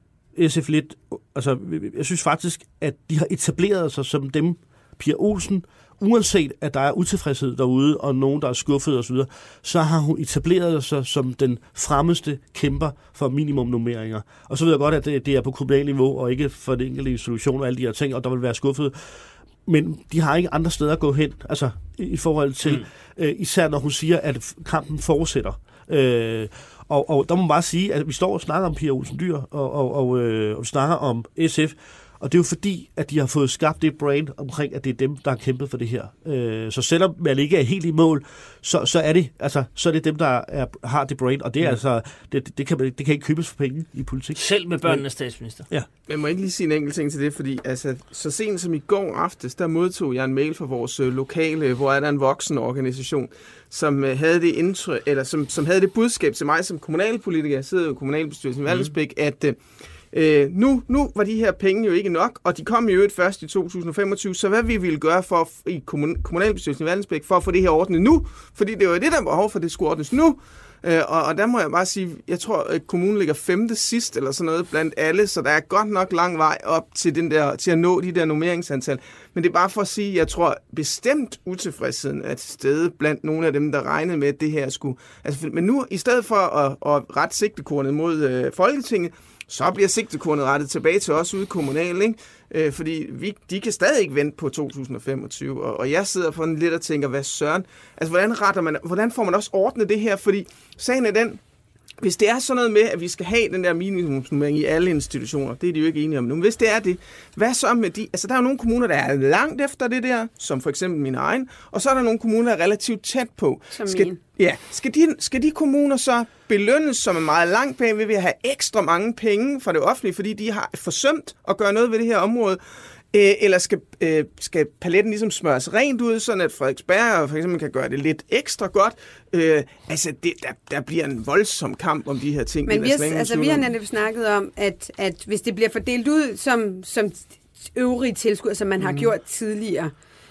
S F lidt... Altså, jeg synes faktisk, at de har etableret sig som dem, Pia Olsen, uanset at der er utilfredshed derude, og nogen, der er skuffet osv., så har hun etableret sig som den fremmeste kæmper for minimumnormeringer. Og så ved jeg godt, at det, det er på kommunalt niveau, og ikke for den enkelte institution og alle de her ting, og der vil være skuffet. Men de har ikke andre steder at gå hen, altså i forhold til, mm. øh, især når hun siger, at kampen fortsætter. Øh, og, og der må man bare sige, at vi står og snakker om Pia Olsen Dyhr, og, og, og, øh, og snakker om S F, og det er jo fordi, at de har fået skabt det brand omkring, at det er dem, der har kæmpet for det her. Øh, så selvom man ikke er helt i mål, så, så, er, det, altså, så er det dem, der er, har det brand, og det, er mm. altså, det, det, kan, det kan ikke købes for penge i politik. Selv med børnenes statsminister. Ja. Jeg må ikke lige sige en enkelt ting til det, fordi altså, så sent som i går aftes, der modtog jeg en mail fra vores øh, lokale, hvor er der en voksen organisation, som øh, havde det indtryk, eller som, som havde det budskab til mig som kommunalpolitiker, jeg sidder jo i kommunalbestyrelsen i Vallensbæk, mm. at øh, Øh, nu, nu var de her penge jo ikke nok, og de kom jo først i to tusind og femogtyve, så hvad vi ville gøre for i kommun- kommunalbestyrelsen i Vallensbæk for at få det her ordnet nu, fordi det var det, der var behov for, det skulle ordnes nu. Øh, og, og der må jeg bare sige, jeg tror, at kommunen ligger femte sidst eller sådan noget blandt alle, så der er godt nok lang vej op til, den der, til at nå de der normeringsantal. Men det er bare for at sige, jeg tror bestemt utilfredsheden er til stede blandt nogle af dem, der regnede med, at det her skulle... Altså, men nu, i stedet for at, at rette sigtekornet mod øh, Folketinget, så bliver sigtekornet rettet tilbage til os ude kommunalt, ikke? Øh, fordi vi, de kan stadig ikke vente på to tusind og femogtyve, og, og jeg sidder på en lidt og tænker, hvad søren? Altså, hvordan, retter man, hvordan får man også ordnet det her? Fordi sagen er den, hvis det er sådan noget med, at vi skal have den der minimumsnormering i alle institutioner, det er de jo ikke enige om nu, men hvis det er det, hvad så med de... Altså, der er jo nogle kommuner, der er langt efter det der, som for eksempel min egen, og så er der nogle kommuner, der er relativt tæt på. Som skal, min. Ja, skal de, skal de kommuner så belønnes, som er meget langt bag ved at have ekstra mange penge fra det offentlige, fordi de har forsømt at gøre noget ved det her område? Eller skal, øh, skal paletten ligesom smøres rent ud, sådan at Frederiksberg for eksempel kan gøre det lidt ekstra godt? Øh, altså, det, der, der bliver en voldsom kamp om de her ting. Men vi, altså, vi har netop snakket om, at, at hvis det bliver fordelt ud som, som øvrige tilskud, som man har mm. gjort tidligere,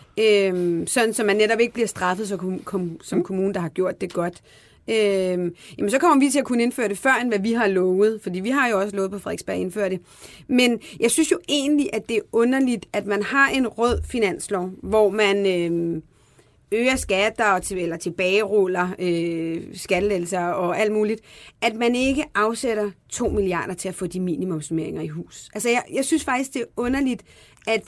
øh, sådan så man netop ikke bliver straffet som, kom, som mm. kommune, der har gjort det godt, Øhm, jamen så kommer vi til at kunne indføre det før, end hvad vi har lovet, fordi vi har jo også lovet på Frederiksberg at indføre det. Men jeg synes jo egentlig, at det er underligt, at man har en rød finanslov, hvor man, øhm, øger skatter og til, eller tilbageruller øh, skattelettelser og alt muligt, at man ikke afsætter to milliarder til at få de minimumsnormeringer i hus. Altså, jeg, jeg synes faktisk, det er underligt, at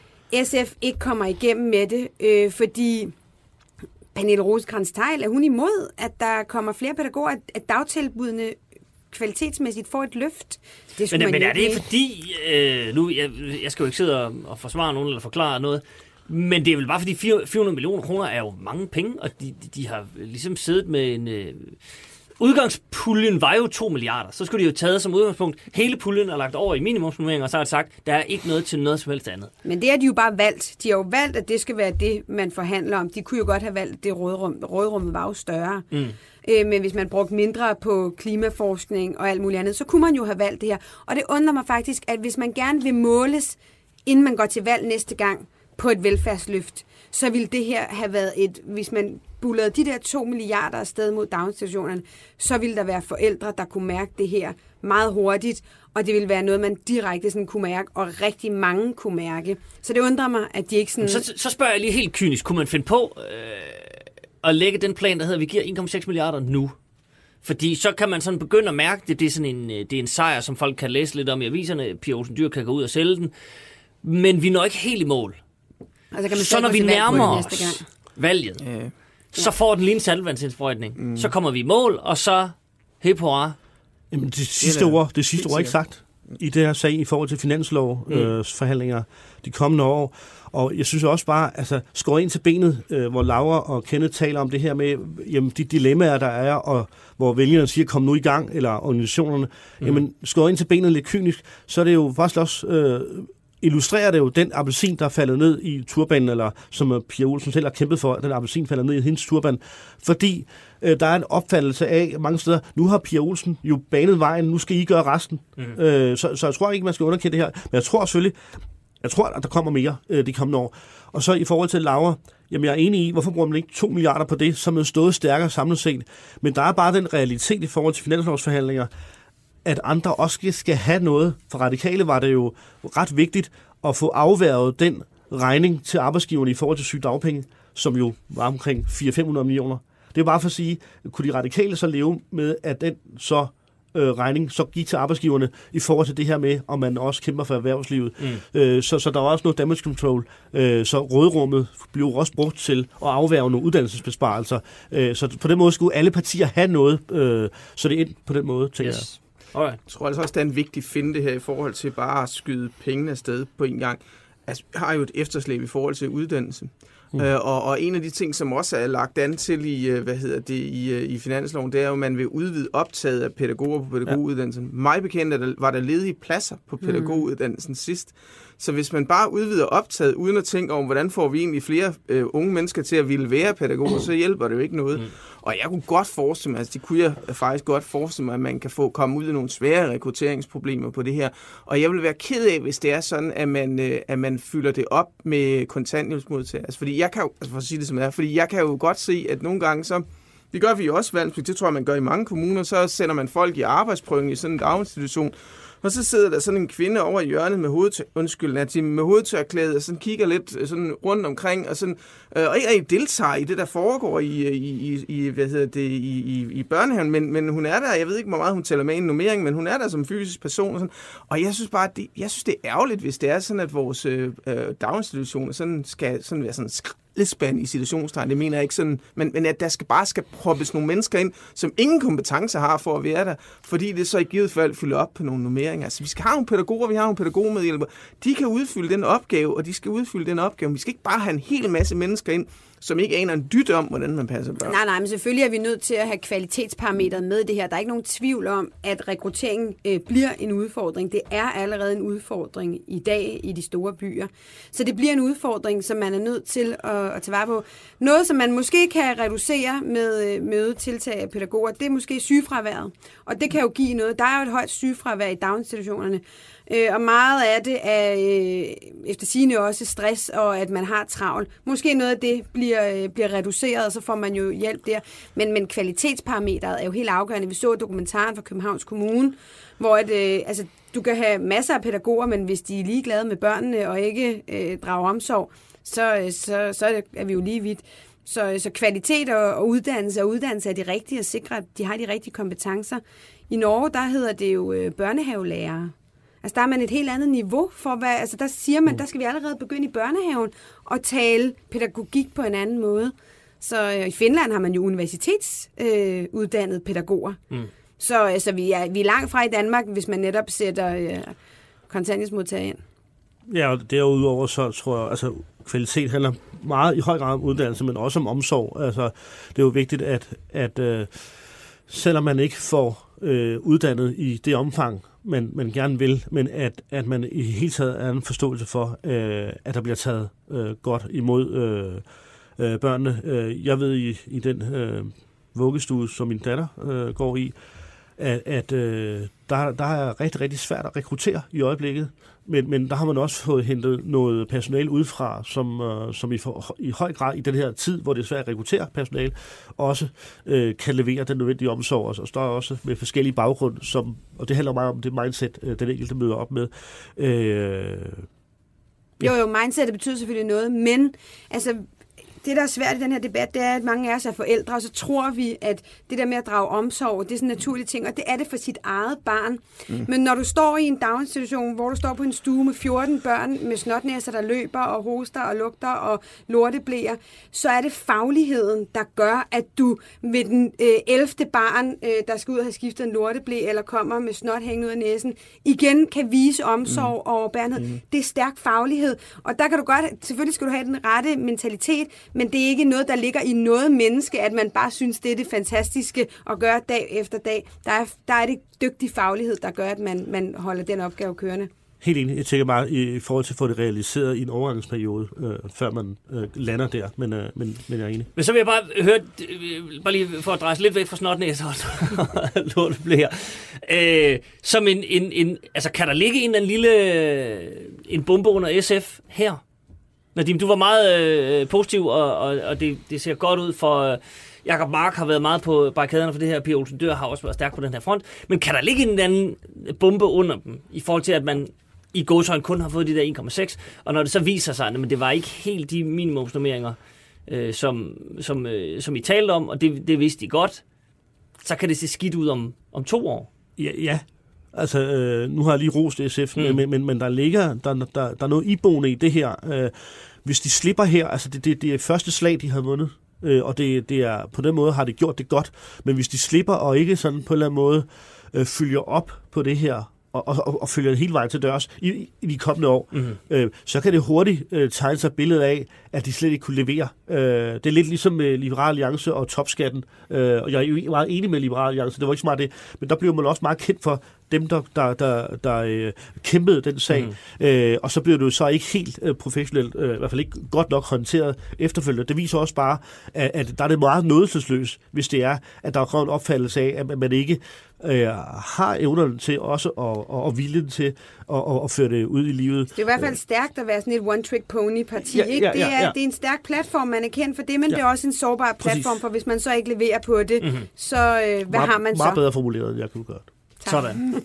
S F ikke kommer igennem med det, øh, fordi Pernille Rosenkrantz-Theil, er hun imod, at der kommer flere pædagoger, at, at dagtilbudene kvalitetsmæssigt får et løft? Det men, men er det ikke fordi, øh, nu, jeg, jeg skal jo ikke sidde og, og forsvare nogen eller forklare noget, men det er vel bare fordi fire hundrede millioner kroner er jo mange penge, og de, de, de har ligesom siddet med en... Øh, udgangspuljen var jo to milliarder. Så skulle de jo taget som udgangspunkt. Hele puljen er lagt over i minimumsnormeringer, og så har de sagt, der er ikke noget til noget som helst andet. Men det har de jo bare valgt. De har jo valgt, at det skal være det, man forhandler om. De kunne jo godt have valgt, det rådrum. Rådrummet var jo større. Mm. Øh, men hvis man brugte mindre på klimaforskning og alt muligt andet, så kunne man jo have valgt det her. Og det undrer mig faktisk, at hvis man gerne vil måles, inden man går til valg næste gang, på et velfærdsløft, så ville det her have været et, hvis man bullerede de der to milliarder afsted mod daginstitutionerne, så ville der være forældre, der kunne mærke det her meget hurtigt, og det ville være noget, man direkte sådan kunne mærke, og rigtig mange kunne mærke. Så det undrer mig, at de ikke sådan... Så, så spørger jeg lige helt kynisk, kunne man finde på øh, at lægge den plan, der hedder, vi giver en komma seks milliarder nu? Fordi så kan man sådan begynde at mærke det, det er sådan en, det er en sejr, som folk kan læse lidt om i aviserne, Pia Olsen Dyhr kan gå ud og sælge den, men vi når ikke helt i mål. Altså, kan man så når vi nærmer os valget, Ja. så får den lige en saltvandsindsprøjtning. Mm. Så kommer vi i mål, og så hip hurra. Jamen, det sidste ord, det sidste ord er ikke sagt i det her sag i forhold til finanslovsforhandlinger mm. de kommende år. Og jeg synes også bare, altså, skår ind til benet, øh, hvor Laura og Kenneth taler om det her med, jamen, de dilemmaer, der er, og hvor vælgerne siger, kom nu i gang, eller organisationerne, mm. jamen, skår ind til benet lidt kynisk, så er det jo faktisk også... Øh, illustrerer det jo den appelsin, der er faldet ned i turbanen, eller som Pia Olsen selv har kæmpet for, at den appelsin falder ned i hendes turban, fordi øh, der er en opfattelse af mange steder, nu har Pia Olsen jo banet vejen, nu skal I gøre resten. Mm. Øh, så, så jeg tror ikke, man skal underkende det her, men jeg tror selvfølgelig, jeg tror, at der kommer mere øh, de kommende år. Og så i forhold til Laura, jamen jeg er enig i, hvorfor bruger man ikke to milliarder på det, som er stået stærkere samlet set, men der er bare den realitet i forhold til finanslovsforhandlinger, at andre også skal have noget. For Radikale var det jo ret vigtigt at få afværget den regning til arbejdsgiverne i forhold til sygedagpenge, som jo var omkring fire til fem hundrede millioner. Det er bare for at sige, kunne de Radikale så leve med, at den så øh, regning så gik til arbejdsgiverne i forhold til det her med, om man også kæmper for erhvervslivet. Mm. Øh, så, så der var også noget damage control. Øh, så rådrummet blev også brugt til at afværge nogle uddannelsesbesparelser. Øh, så på den måde skulle alle partier have noget, øh, så det er ind på den måde, tænker yes. jeg. Okay. Jeg tror altså også, det er en vigtig finde her i forhold til bare at skyde pengene afsted på en gang. Altså, vi har jo et efterslæb i forhold til uddannelse. Mm. Øh, og, og en af de ting, som også er lagt an til i, hvad hedder det, i, i finansloven, det er jo, at man vil udvide optaget af pædagoger på pædagoguddannelsen. Ja. Mig bekendt at der, var der ledige pladser på pædagoguddannelsen mm. sidst. Så hvis man bare udvider optaget, uden at tænke over, hvordan får vi egentlig flere øh, unge mennesker til at ville være pædagoger, så hjælper det jo ikke noget. Mm. Og jeg kunne godt forestille mig, altså det kunne jeg faktisk godt forestille mig, at man kan få komme ud i nogle svære rekrutteringsproblemer på det her. Og jeg vil være ked af, hvis det er sådan, at man, øh, at man fylder det op med kontanthjælpsmodtagere. Altså, fordi jeg kan jo, altså for at sige det som det er, fordi jeg kan jo godt se, at nogle gange så, det gør vi jo også valgspligt, det tror jeg, man gør i mange kommuner, så sender man folk i arbejdsprøvning i sådan en daginstitution, og så sidder der sådan en kvinde over i hjørnet med hovedtør, undskyld, Natim, med hovedtørklæde, og sådan kigger lidt sådan rundt omkring, og, sådan, øh, og ikke rigtig deltager i det, der foregår i, i, i, hvad hedder det, i, i, i børnehaven, men, men hun er der, jeg ved ikke, hvor meget hun tæller med i en nummering, men hun er der som fysisk person, og sådan. Og jeg synes bare, det, jeg synes, det er ærgerligt, hvis det er sådan, at vores øh, daginstitutioner sådan skal sådan være sådan skridtspand i situationstegn. Det mener jeg ikke sådan, men, men at der skal bare skal proppes nogle mennesker ind, som ingen kompetencer har for at være der, fordi det så i givet fald fylder op på nogle nummeringer. Altså, vi skal have nogle pædagoger, vi har nogle pædagogmedhjælpere. De kan udfylde den opgave, og de skal udfylde den opgave. Vi skal ikke bare have en hel masse mennesker ind, som ikke aner en dyt om, hvordan man passer børn. Nej, nej, men selvfølgelig er vi nødt til at have kvalitetsparametret med det her. Der er ikke nogen tvivl om, at rekruttering øh, bliver en udfordring. Det er allerede en udfordring i dag i de store byer. Så det bliver en udfordring, som man er nødt til at, at tage vare på. Noget, som man måske kan reducere med, med øget tiltag af pædagoger, det er måske sygefraværet. Og det kan jo give noget. Der er jo et højt sygefravær i daginstitutionerne. Øh, og meget af det er øh, efter sigende også stress, og at man har travlt. Måske noget af det bliver, øh, bliver reduceret, og så får man jo hjælp der. Men, men kvalitetsparametret er jo helt afgørende. Vi så dokumentaren fra Københavns Kommune, hvor at, øh, altså, du kan have masser af pædagoger, men hvis de er ligeglade med børnene og ikke øh, drager omsorg, så, så, så er vi jo lige vidt. Så, så kvalitet og, og uddannelse og uddannelse er de rigtige at sikre, at de har de rigtige kompetencer. I Norge, der hedder det jo øh, børnehavelærere. Altså, der er man et helt andet niveau for, hvad, altså, der siger man, der skal vi allerede begynde i børnehaven og tale pædagogik på en anden måde. Så øh, i Finland har man jo universitetsuddannede øh, pædagoger. Mm. Så altså, vi, er, vi er langt fra i Danmark, hvis man netop sætter øh, kontanthjælpsmodtagere ind. Ja, og derudover så tror jeg, altså kvalitet handler meget i høj grad om uddannelse, men også om omsorg. Altså, det er jo vigtigt, at, at øh, selvom man ikke får øh, uddannet i det omfang, man, man gerne vil, men at, at man i hele taget er en forståelse for, øh, at der bliver taget øh, godt imod øh, øh, børnene. Jeg ved i, i den øh, vuggestue, som min datter øh, går i, at, at øh, der, der er rigtig, rigtig svært at rekruttere i øjeblikket. Men, men der har man også fået hentet noget personale udefra, som, øh, som i, for, i høj grad i den her tid, hvor det er svært at rekruttere personale, også øh, kan levere den nødvendige omsorg. Og så står også med forskellige baggrunde, som, og det handler meget om det mindset, øh, den enkelte møder op med. Øh, ja. Jo, jo, mindset betyder selvfølgelig noget, men altså... Det, der er svært i den her debat, det er, at mange af os er forældre, og så tror vi, at det der med at drage omsorg, det er sådan en naturlig ting, og det er det for sit eget barn. Mm. Men når du står i en daginstitution, hvor du står på en stue med fjorten børn med snotnæser, der løber og hoster og lugter og lorteblæer, så er det fagligheden, der gør, at du ved den øh, ellevte barn, øh, der skal ud og have skiftet en lorteblæ, eller kommer med snot hængende ud af næsen, igen kan vise omsorg mm. og overbærenhed. Mm. Det er stærk faglighed, og der kan du godt, selvfølgelig skal du have den rette mentalitet, men det er ikke noget, der ligger i noget menneske, at man bare synes, det er det fantastiske at gøre dag efter dag. Der er, der er det dygtig faglighed, der gør, at man, man holder den opgave kørende. Helt enig. Jeg tænker bare i forhold til at få det realiseret i en overgangsperiode, øh, før man øh, lander der, men, øh, men, men jeg er enig. Men så vil jeg bare høre, bare lige for at dreje lidt væk fra snotnæser og lorteblæer. Øh, som en, en, en, altså kan der ligge en eller anden lille en bombe under S F her? Nadim, du var meget øh, positiv, og, og, og det, det ser godt ud for... Øh, Jakob Mark har været meget på barrikaderne for det her. Pia Olsen Dyhr har også været stærk på den her front. Men kan der ligge en anden bombe under dem, i forhold til, at man i gåsøjne kun har fået de der en komma seks, og når det så viser sig, at det var ikke helt de minimumsnormeringer, øh, som, som, øh, som I talte om, og det, det vidste I godt, så kan det se skidt ud om, om to år. Ja, ja. Altså, øh, nu har jeg lige rost S F, mm. men, men, men der ligger der, der, der er noget iboende i det her. Øh, hvis de slipper her, altså det, det, det er første slag, de har vundet, øh, og det, det er, på den måde har det gjort det godt, men hvis de slipper og ikke sådan på en eller anden måde øh, følger op på det her, og, og, og følger det hele vejen til dørs i, i de kommende år, mm-hmm. øh, så kan det hurtigt øh, tegne sig billedet af, at de slet ikke kunne levere. Øh, det er lidt ligesom med Liberal Alliance og topskatten, øh, og jeg er jo meget enig med Liberal Alliance, det var ikke så meget det, men der blev man også meget kendt for dem, der, der, der, der øh, kæmpede den sag, mm. øh, og så blev det jo så ikke helt øh, professionelt, øh, i hvert fald ikke godt nok håndteret efterfølgende. Det viser også bare, at, at der er det meget nådesløst, hvis det er, at der er kommet en opfattelse af, at man ikke øh, har evnerne til også og, og, og viljen til at, at, at føre det ud i livet. Det er i hvert fald stærkt at være sådan et one-trick-pony-parti. Ja, ikke? Ja, ja, ja. Det, er, det er en stærk platform, man er kendt for det, men ja. Det er også en sårbar platform, Præcis. For hvis man så ikke leverer på det, mm-hmm. så øh, hvad meget, har man så? Meget bedre formuleret, end jeg kunne gøre. Sådan.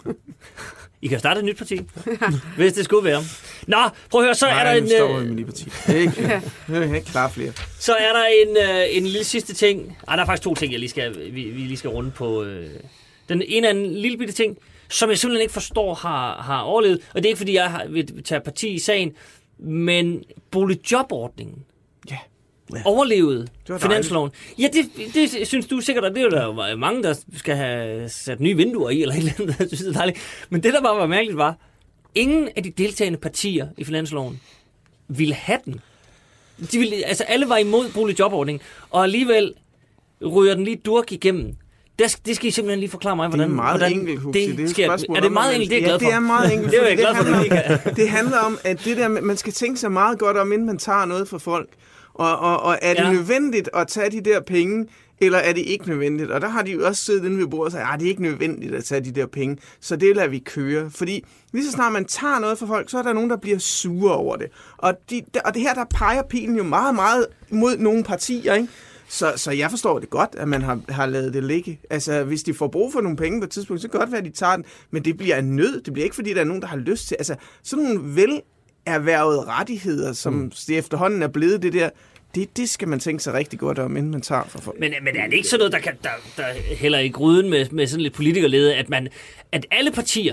I kan starte et nyt parti, hvis det skulle være. Nå, prøv at høre, så Nej, er der en... Nej, står i mit parti. Ikke, jeg er ikke klar flere. Så er der en, øh, en lille sidste ting. Ej, der er faktisk to ting, jeg lige skal, vi, vi lige skal runde på. Øh. Den ene er en lille bitte ting, som jeg simpelthen ikke forstår har, har overlevet. Og det er ikke, fordi jeg har, vil tage parti i sagen, men boligjobordningen. Ja. Ja. Overlevede finansloven. Ja, det, det synes du sikkert, at det er der jo mange, der skal have sat nye vinduer i, eller et eller andet, der synes det er dejligt. Men det, der bare var mærkeligt, var, ingen af de deltagende partier i finansloven ville have den. De ville, altså, alle var imod boligjobordningen, og alligevel ryger den lige durk igennem. Det, det skal I simpelthen lige forklare mig, hvordan det er meget hvordan enkelt, Huxi. det, det er, sker. Er det meget enkelt, det er jeg glad for? Ja, det er meget enkelt. Det er jeg glad for, det, det, handler, det handler om, at det der, man skal tænke sig meget godt om, inden man tager noget fra folk. Og, og, og er det ja. nødvendigt at tage de der penge, eller er det ikke nødvendigt? Og der har de jo også siddet inde ved bordet og sagt, at det er ikke nødvendigt at tage de der penge, så det lader vi køre. Fordi lige så snart man tager noget fra folk, så er der nogen, der bliver sure over det. Og, de, og det her, der peger pilen jo meget, meget mod nogle partier, ikke? Så, så jeg forstår det godt, at man har, har lavet det ligge. Altså, hvis de får brug for nogle penge på et tidspunkt, så kan det godt være, at de tager den, men det bliver en nød. Det bliver ikke, fordi der er nogen, der har lyst til. Altså, sådan nogle vel erhvervet rettigheder, som mm. det efterhånden er blevet det der, det, det skal man tænke sig rigtig godt om, inden man tager for folk. Men, men er det ikke sådan noget, der, kan, der, der hælder i gryden med, med sådan lidt politikerlede, at, man, at alle partier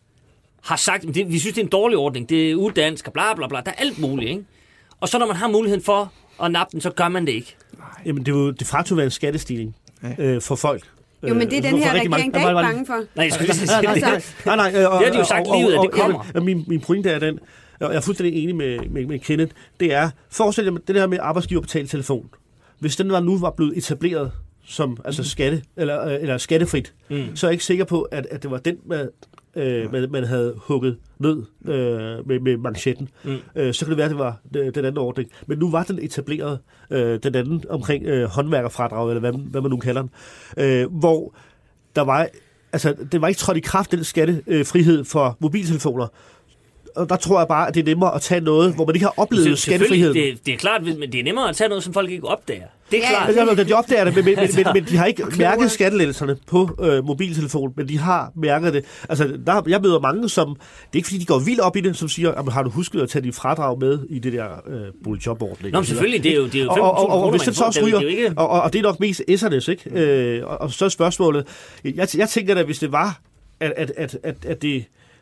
har sagt, at vi synes, det er en dårlig ordning, det er udansk og bla bla bla, der er alt muligt, ikke? Og så når man har muligheden for at nappe den, så gør man det ikke. Jamen, det vil jo de facto være en skattestigning ja. øh, for folk. Jo, men det er den her regering, der er ikke bange for. Nej, jeg skulle lige sige det. Nej, nej. Det har de jo sagt livet, at det kommer. Min, min pointe er den, og jeg er fuldstændig enig med, med, med Kenneth, det er, forestil dig det der med arbejdsgiverbetalt telefon. Hvis den var nu var blevet etableret som altså skatte, eller, eller skattefrit, mm. så er jeg ikke sikker på, at, at det var den, man, øh, man, man havde hugget ned øh, med, med manchetten. Mm. Øh, så kan det være, at det var den anden ordning. Men nu var den etableret, øh, den anden omkring øh, håndværkerfradrag, eller hvad, hvad man nu kalder den, øh, hvor der var, altså, det var ikke trådt i kraft, den skattefrihed for mobiltelefoner. Og der tror jeg bare, at det er nemmere at tage noget, hvor man ikke har oplevet skattefriheden. Det, det er klart, men det er nemmere at tage noget, som folk ikke opdager. Det er ja, klart. Ja, de opdager det, men, men, men, men de har ikke mærket skattelettelserne på øh, mobiltelefon, men de har mærket det. Altså, der, jeg møder mange, som, det er ikke fordi, de går vildt op i det, som siger, har du husket at tage din fradrag med i det der øh, boligjobordning? Nå, men selvfølgelig, det er jo, det er jo og, og, og, og, hvis det så også ryger, ikke... og, og, og det er nok mest S'ernes, ikke? Øh, og, og så er spørgsmålet, jeg, jeg tænker da, hvis det var, at, at, at, at, at det...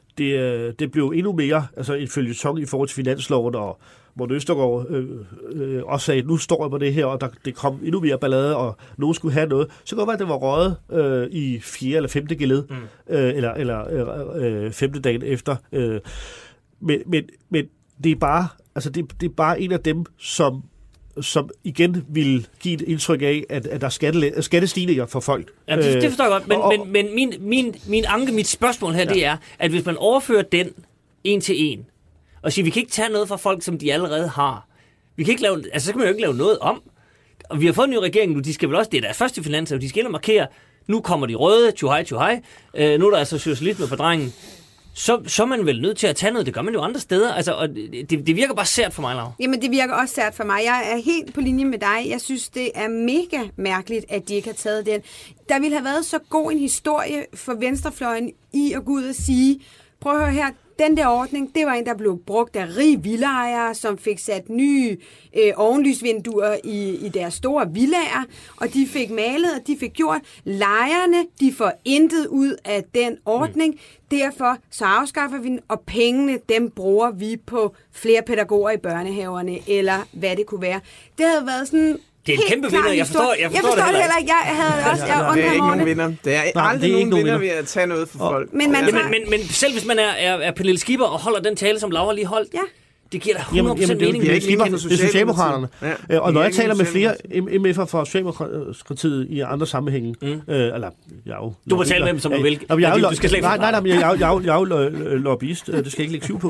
Det, det blev endnu mere altså en føljeton i forhold til finansloven, og Morten Østergaard øh, øh, også sagde, nu står jeg på det her, og der, det kom endnu mere ballade, og nogen skulle have noget. Så kan det være, at det var røget øh, i fjerde eller femte geled, mm. øh, eller, eller øh, femte dagen efter. Øh. Men, men, men det er bare, altså det, det er bare en af dem, som som igen vil give et indtryk af, at, at der er skatte, skattestigninger for folk. Ja, det, det forstår jeg godt, men, og, men, men min, min, min anke, mit spørgsmål her, ja. det er, at hvis man overfører den en til en, og siger, vi kan ikke tage noget fra folk, som de allerede har. Vi kan ikke lave, altså så kan man jo ikke lave noget om. Og vi har fået en ny regering nu, de skal vel også, det er deres første finanser, de skal ind og markere, nu kommer de røde, tjuhej, tjuhej, øh, nu er der altså socialisme på drengen. Så, så er man vel nødt til at tage noget. Det gør man jo andre steder. Altså, og det, det virker bare sært for mig, Laura. Jamen, det virker også sært for mig. Jeg er helt på linje med dig. Jeg synes, det er mega mærkeligt, at de ikke har taget den. Der ville have været så god en historie for venstrefløjen i at gå ud og sige, prøv at høre her, den der ordning, det var en, der blev brugt af rige villaejere, som fik sat nye øh, ovenlysvinduer i, i deres store villaer, og de fik malet, og de fik gjort. Lejerne, de får intet ud af den ordning. Mm. Derfor så afskaffer vi den, og pengene, dem bruger vi på flere pædagoger i børnehaverne, eller hvad det kunne være. Det havde været sådan... Det er en kæmpe vinder, jeg forstår, jeg forstår, jeg forstår det heller ikke. Jeg havde også, jeg det er ikke nogen vinder. Det er Nej, aldrig det er nogen vinder vinder ved at tage noget for folk. Men, man ja, men, men, men selv hvis man er, er, er Pernille Skipper og holder den tale, som Laura lige holdt, ja. det giver da hundrede procent mening. Det er ikke lige for Socialdemokraterne. Ja. Og når jeg taler med flere M F'er fra Socialdemokratiet i andre sammenhænge, mm. øh, eller jeg jo... Du må tale med dem, som du vil. Du skal slet ikke... Nej, nej, nej, jeg er jo lobbyist. Det skal jeg ikke lægge syv på.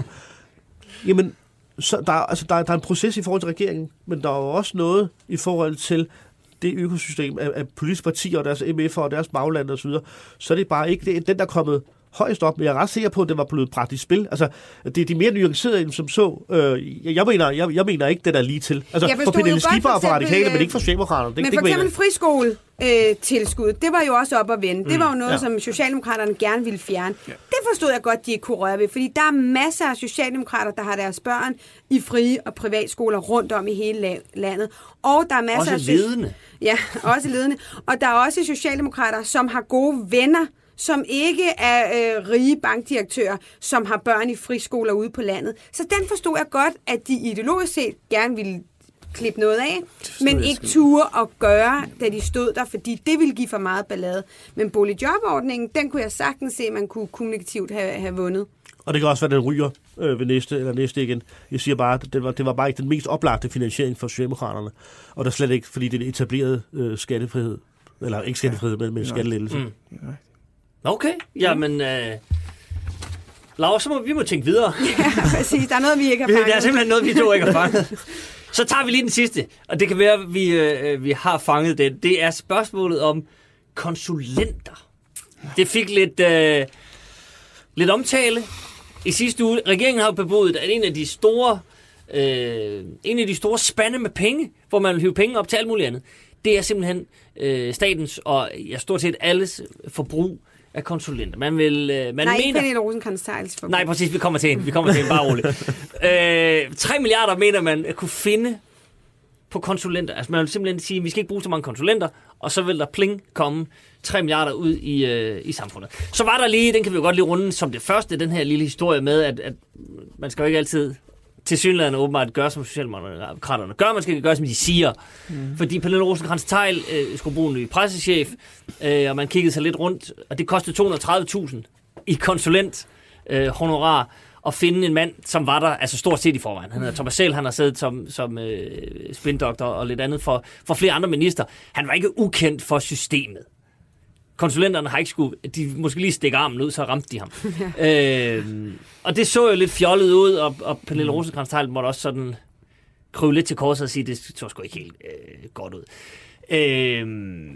Jamen, så der, altså, der, der er en proces i forhold til regeringen, men der er jo også noget i forhold til det økosystem af, af politiske partier og deres M F'er og deres bagland og så videre, så er det bare ikke det, den, der er kommet højst op, men jeg er ret sikker på, at det var blevet praktisk spil. Altså, det er de mere nuancerede, end som så. Øh, jeg, mener, jeg, jeg mener ikke, det der er lige til. Altså, for Pernille Skipper og for Radikale, men ikke for Socialdemokraterne. Men for eksempel friskole øh, tilskud, det var jo også op at vende. Mm, det var jo noget, ja. som Socialdemokraterne gerne ville fjerne. Ja. Det forstod jeg godt, de ikke kunne røre ved, fordi der er masser af socialdemokrater, der har deres børn i frie og privatskoler rundt om i hele la- landet. Og der er masser også af... ledende. Ja, også ledende. Og der er også socialdemokrater, som har gode venner, som ikke er øh, rige bankdirektører, som har børn i friskoler ude på landet. Så den forstod jeg godt, at de ideologisk set gerne ville klippe noget af, men ikke ture at gøre, da de stod der, fordi det ville give for meget ballade. Men boligjobordningen, den kunne jeg sagtens se, at man kunne kommunikativt have, have vundet. Og det kan også være, den ryger øh, ved næste eller næste igen. Jeg siger bare, at det var, det var bare ikke den mest oplagte finansiering for Socialdemokraterne. Og der slet ikke, fordi det er etableret øh, skattefrihed. Eller ikke skattefrihed, men med skattelettelse. Mm. Okay, jamen... Øh... Laura, så må vi må tænke videre. Ja, præcis. Der er noget, vi ikke har fanget. Der er simpelthen noget, vi to ikke har fanget. Så tager vi lige den sidste, og det kan være, at vi, øh, vi har fanget den. Det er spørgsmålet om konsulenter. Det fik lidt, øh, lidt omtale i sidste uge. Regeringen har jo bebudet, at en af de store, øh, en af de store spande med penge, hvor man vil hive penge op til alt muligt andet, det er simpelthen øh, statens og ja, stort set alles forbrug af konsulenter. Man vil, øh, man Nej, mener... ikke Pernille Rosenkrantz-Theils forbrug. Nej, præcis, vi kommer til en. Vi kommer til en, bare roligt. øh, tre milliarder mener man at kunne finde på konsulenter. Altså man vil simpelthen sige, at vi skal ikke bruge så mange konsulenter, og så vil der pling komme tre milliarder ud i, øh, i samfundet. Så var der lige, den kan vi jo godt lige runde som det første, den her lille historie med, at, at man skal jo ikke altid til synligheden åbenbart gøre, som Socialdemokraterne gør. Man skal ikke gøre, som de siger. Mm. Fordi Pernille Rosenkrantz-Theil øh, skulle bruge en ny pressechef, øh, og man kiggede sig lidt rundt, og det kostede to hundrede og tredive tusind i konsulent øh, honorar at finde en mand, som var der, altså stort set i forvejen. Han hedder Thomas Sæl, han har siddet som, som øh, spindoktor og lidt andet for, for flere andre minister. Han var ikke ukendt for systemet. Konsulenterne har ikke skulle, de måske lige stikke armen ud, så ramte de ham. Ja. Øh, og det så jo lidt fjollet ud, og, og Pernille mm. Rosenkrantz-Theil måtte også sådan kryve lidt til korset og sige, det så sgu ikke helt øh, godt ud. Øh,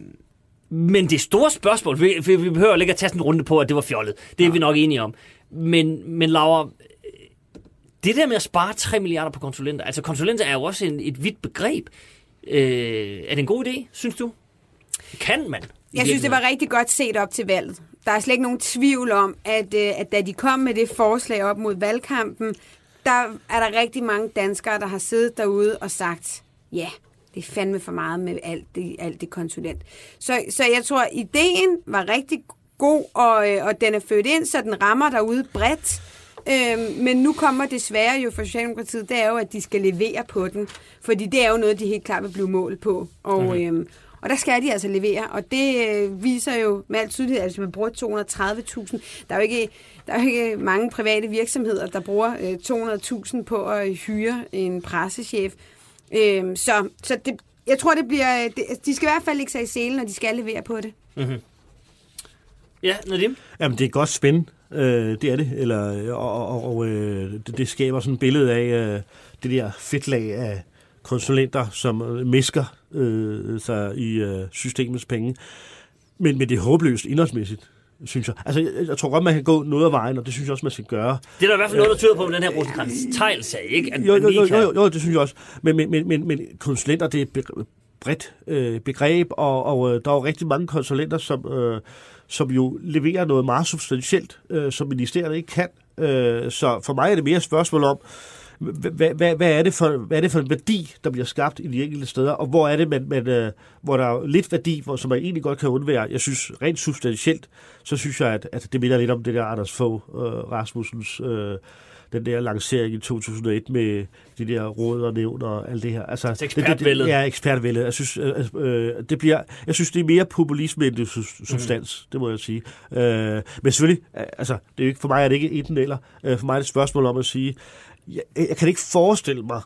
men det store spørgsmål, vi, vi behøver ikke at tage sådan en runde på, at det var fjollet. Det er ja. vi nok enige om. Men, men Laura, det der med at spare tre milliarder på konsulenter, altså konsulenter er jo også en, et vidt begreb. Øh, er det en god idé, synes du? Kan man? Jeg synes, det var rigtig godt set op til valget. Der er slet ikke nogen tvivl om, at, at da de kom med det forslag op mod valgkampen, der er der rigtig mange danskere, der har siddet derude og sagt, ja, det er fandme for meget med alt det, alt det konsulent. Så, så jeg tror, ideen var rigtig god, og, og den er født ind, så den rammer derude bredt. Øhm, men nu kommer det svære jo for Socialdemokratiet, det er jo, at de skal levere på den. Fordi det er jo noget, de helt klart vil blive målt på. Og, mm-hmm. øhm, og der skal de altså levere, og det øh, viser jo med alt tydelighed, at hvis man bruger to hundrede og tredive tusind, der er jo ikke, der er jo ikke mange private virksomheder, der bruger øh, to hundrede tusind på at hyre en pressechef. Øhm, så så det, jeg tror, det bliver, det, de skal i hvert fald lægge sig i selen, og de skal levere på det. Mm-hmm. Ja, Nadim? Jamen, det er godt spændende. Øh, det er det. Eller, og og, og øh, det, det skaber sådan et billede af øh, det der fedtlag af konsulenter, som øh, misker øh, sig i øh, systemets penge. Men, men det er håbløst indholdsmæssigt, synes jeg. Altså, jeg, jeg tror godt, man kan gå noget af vejen, og det synes jeg også, man skal gøre. Det er der i hvert fald noget, der tyder på, med den her Rosenkrantz-Theil-sag, ikke? At jo, jo, jo, jo, jo, det synes jeg også. Men, men, men, men, men konsulenter, det er et bredt øh, begreb, og, og øh, der er jo rigtig mange konsulenter, som, øh, som jo leverer noget meget substantielt, øh, som ministeriet ikke kan. Øh, så for mig er det mere et spørgsmål om, Hvad, hvad, hvad, er det for, hvad er det for en værdi, der bliver skabt i de enkelte steder, og hvor er det, man, man, øh, hvor der er lidt værdi, hvor, som man egentlig godt kan undvære. Jeg synes, rent substantielt, så synes jeg, at, at det minder lidt om det der Anders Fogh øh, Rasmussens, øh, den der lancering i to tusind og et med de der råd og nævn og alt det her. Altså, ekspertvældet. Ja, ekspertvældet. Jeg synes, øh, øh, det bliver, jeg synes, det er mere populisme end det substans, mm. det må jeg sige. Øh, men selvfølgelig, altså, det er jo ikke, for mig er det ikke enten eller. Øh, for mig er det et spørgsmål om at sige, Jeg, jeg kan ikke forestille mig,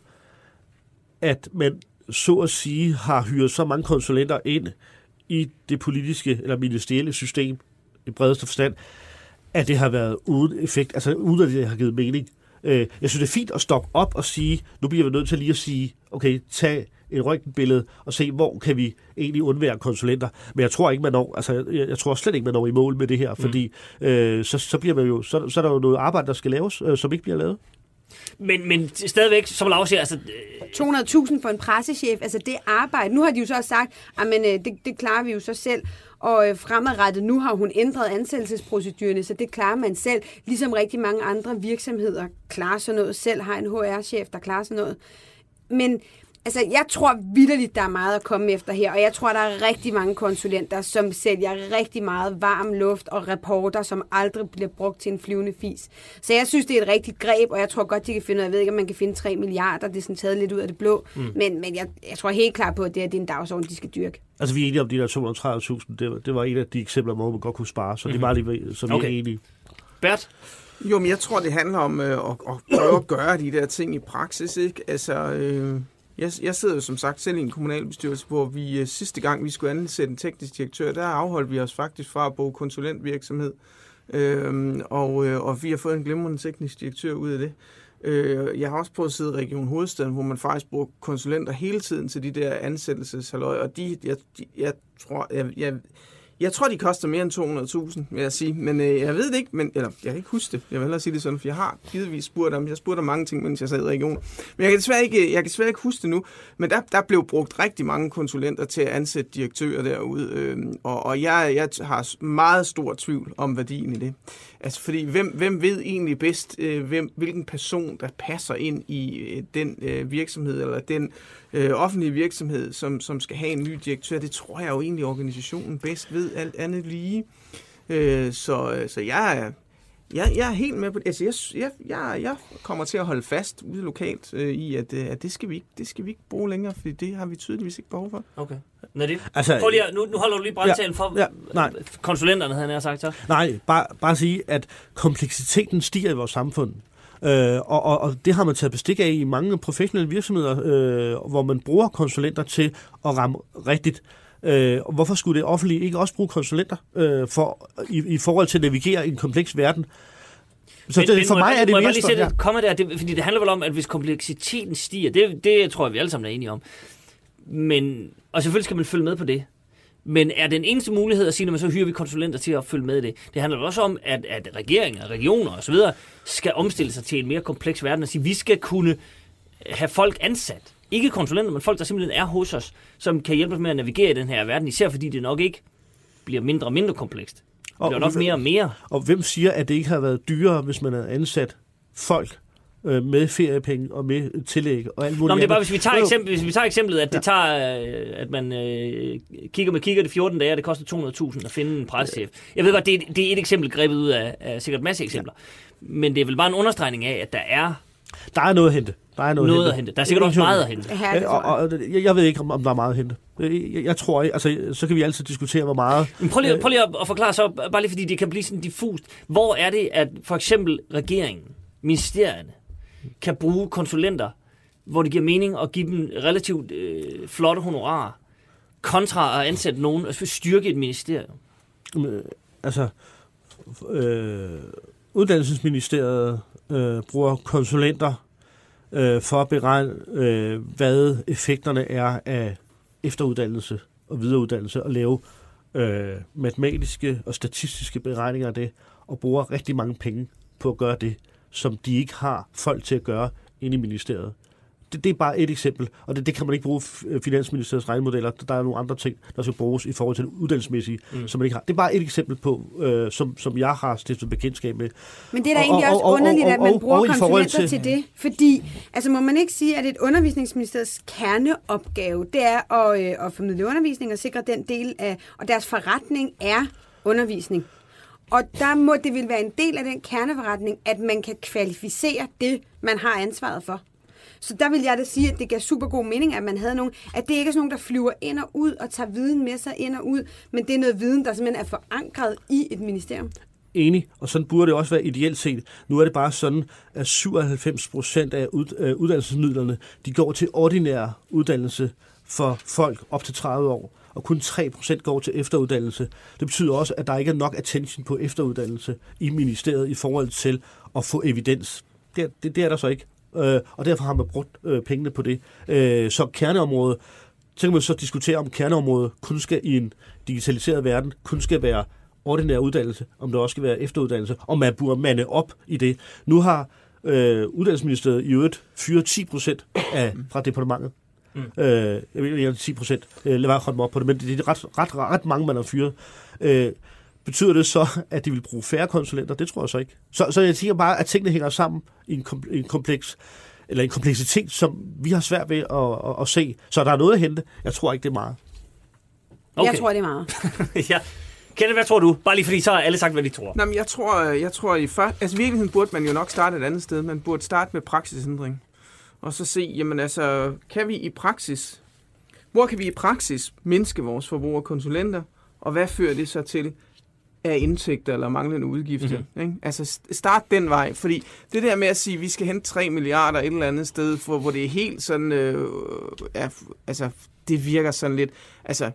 at man så at sige har hyret så mange konsulenter ind i det politiske eller ministerielle system i bredeste forstand, at det har været uden effekt, altså uden at det har givet mening. Jeg synes, det er fint at stoppe op og sige, nu bliver vi nødt til lige at sige, okay, tag et røntgenbillede og se, hvor kan vi egentlig undvære konsulenter. Men jeg tror ikke, man når, altså jeg, jeg tror slet ikke, man når i mål med det her, fordi mm. øh, så, så, bliver man jo, så, så er der jo noget arbejde, der skal laves, øh, som ikke bliver lavet. Men, men stadigvæk, som Laura siger, altså... to hundrede tusind for en pressechef, altså det arbejde. Nu har de jo så sagt, at det, det klarer vi jo så selv. Og fremadrettet, nu har hun ændret ansættelsesprocedurerne, så det klarer man selv. Ligesom rigtig mange andre virksomheder klarer sådan noget selv, har en H R-chef, der klarer sådan noget. Men altså, jeg tror vitterligt, der er meget at komme efter her, og jeg tror, der er rigtig mange konsulenter, som sælger rigtig meget varm luft og rapporter, som aldrig bliver brugt til en flyvende fis. Så jeg synes, det er et rigtigt greb, og jeg tror godt, de kan finde, jeg ved ikke, om man kan finde tre milliarder, det er sådan taget lidt ud af det blå, mm. men, men jeg, jeg tror helt klart på, at det er, det er en dagsorden, de skal dyrke. Altså, vi er enige om de der to hundrede og tredive tusind, det, var, det var et af de eksempler, hvor man godt kunne spare, så mm-hmm. det er meget lige, så vi okay. er enige. Bert? Jo, men jeg tror, det handler om øh, at, at prøve at gøre de der ting i praksis, ikke? Altså... Øh Jeg, jeg sidder jo som sagt selv i en kommunalbestyrelse, hvor vi øh, sidste gang, vi skulle ansætte en teknisk direktør, der afholdt vi os faktisk fra at bruge konsulentvirksomhed. Øhm, og, øh, og vi har fået en glimrende teknisk direktør ud af det. Øh, jeg har også prøvet at sidde i Region Hovedstaden, hvor man faktisk bruger konsulenter hele tiden til de der ansættelseshalløj. Og de, jeg, de, jeg tror, jeg, jeg, Jeg tror, de koster mere end to hundrede tusind, vil jeg sige. Men øh, jeg ved det ikke, men, eller jeg kan ikke huske det. Jeg vil hellere sige det sådan, for jeg har givetvis spurgt om, jeg spurgte om mange ting, mens jeg sad i regionen. Men jeg kan desværre ikke, jeg kan desværre ikke huske det nu. Men der, der blev brugt rigtig mange konsulenter til at ansætte direktører derude. Øh, og og jeg, jeg har meget stor tvivl om værdien i det. Altså, fordi hvem, hvem ved egentlig bedst, øh, hvem, hvilken person, der passer ind i øh, den øh, virksomhed, eller den øh, offentlige virksomhed, som, som skal have en ny direktør. Det tror jeg jo egentlig, organisationen bedst ved, alt andet lige. Øh, så, så jeg er... Jeg, jeg er helt med på det. Altså, jeg, jeg, jeg, jeg kommer til at holde fast ude lokalt øh, i, at, at det, skal vi ikke, det skal vi ikke bruge længere, for det har vi tydeligvis ikke behov for. Okay. Nadine, altså, prøv lige, nu, nu holder du lige brandtalen ja, for ja, nej. konsulenterne, havde jeg sagt så. Nej, bare, bare sige, at kompleksiteten stiger i vores samfund. Øh, og, og, og det har man taget bestik af i mange professionelle virksomheder, øh, hvor man bruger konsulenter til at ramme rigtigt. Øh, hvorfor skulle det offentlige ikke også bruge konsulenter øh, for, i, i forhold til at navigere i en kompleks verden? Så men, det, men, for mig jeg, er det mere mere spørgsmål. Komme der, det, fordi det handler vel om, at hvis kompleksiteten stiger, det, det tror jeg, vi alle sammen er enige om. Men, og selvfølgelig skal man følge med på det. Men er den eneste mulighed at sige, når man så hyrer vi konsulenter til at følge med i det? Det handler også om, at, at regeringer, regioner osv. skal omstille sig til en mere kompleks verden og sige, at vi skal kunne have folk ansat. Ikke konsulenter, men folk, der simpelthen er hos os, som kan hjælpe os med at navigere i den her verden, især fordi det nok ikke bliver mindre og mindre komplekst. Det bliver og, nok mere og mere. Og hvem siger, at det ikke har været dyrere, hvis man havde ansat folk øh, med feriepenge og med tillæg og alt muligt? Nå, men det er bare, hvis vi tager, eksempel, hvis vi tager eksemplet, at det ja. tager, øh, at man øh, kigger med kigger det fjorten dage, og det koster to hundrede tusind at finde en pressechef. Jeg ved godt, det er, det er et eksempel grebet ud af, af sikkert en masse eksempler. Ja. Men det er vel bare en understregning af, at der er Der er noget at hente. Der er noget, noget at hente. hente. Der er sikkert også meget at hente. Ja, og, og, jeg, jeg ved ikke, om, om der er meget at hente. Jeg, jeg tror ikke, altså, så kan vi altid diskutere, hvor meget. Men prøv lige, prøv lige at, at forklare så, bare lige fordi det kan blive sådan diffust. Hvor er det, at for eksempel regeringen, ministerierne, kan bruge konsulenter, hvor det giver mening at give dem relativt øh, flotte honorarer, kontra at ansætte nogen og styrke et ministerium? Øh, altså, øh, Uddannelsesministeriet øh, bruger konsulenter øh, for at beregne, øh, hvad effekterne er af efteruddannelse og videreuddannelse, og lave øh, matematiske og statistiske beregninger af det, og bruger rigtig mange penge på at gøre det, som de ikke har folk til at gøre inde i ministeriet. Det, det er bare et eksempel, og det, det kan man ikke bruge Finansministeriets regnemodeller. Der er nogle andre ting, der skal bruges i forhold til det uddannelsesmæssige, mm. som man ikke har. Det er bare et eksempel på, øh, som, som jeg har stiftet bekendtskab med. Men det er da egentlig og, også og, underligt, og, og, og, at man bruger konsulenter til, til det, fordi altså må man ikke sige, at et undervisningsministeriets kerneopgave, det er at, øh, at formidle undervisning og sikre den del af, og deres forretning er undervisning. Og der må det vil være en del af den kerneforretning, at man kan kvalificere det, man har ansvaret for. Så der vil jeg da sige, at det gav super god mening, at man havde nogen, at det ikke er sådan nogen, der flyver ind og ud og tager viden med sig ind og ud, men det er noget viden, der simpelthen er forankret i et ministerium. Enig, og sådan burde det også være ideelt set. Nu er det bare sådan, at syvoghalvfems procent af uddannelsesmidlerne, de går til ordinær uddannelse for folk op til tredive år, og kun tre procent går til efteruddannelse. Det betyder også, at der ikke er nok attention på efteruddannelse i ministeriet i forhold til at få evidens. Det, det, det er der så ikke. Øh, og derfor har man brugt øh, pengene på det. Øh, så kerneområdet, så kan man så diskutere, om kerneområdet kun skal i en digitaliseret verden, kun skal være ordinær uddannelse, om det også skal være efteruddannelse, og man burde mande op i det. Nu har øh, Uddannelsesministeriet i øvrigt fyret ti procent af, fra departementet. Mm. Øh, jeg ved ikke, ti procent. Øh, lad være at op på det, men det er ret, ret, ret mange, man har fyret. Øh, Betyder det så, at de vil bruge færre konsulenter? Det tror jeg så ikke. Så, så jeg tænker bare, at tingene hænger sammen i en, kom, en kompleks, eller en kompleksitet, som vi har svært ved at, at, at se. Så der er noget at hente. Jeg tror ikke, det er meget. Okay. Jeg tror, det er meget. Ja. Kenneth, hvad tror du? Bare lige fordi, så har alle sagt, hvad de tror. Nå, men jeg tror, jeg tror i først, altså i virkeligheden burde man jo nok starte et andet sted. Man burde starte med praksisændring. Og så se, jamen altså, kan vi i praksis, hvor kan vi i praksis mindske vores forbrug af konsulenter, og hvad fører det så til af indtægter eller manglende udgifter. Mm-hmm. Ikke? Altså start den vej, fordi det der med at sige, at vi skal hente tre milliarder et eller andet sted, for, hvor det er helt sådan, øh, er, altså det virker sådan lidt, altså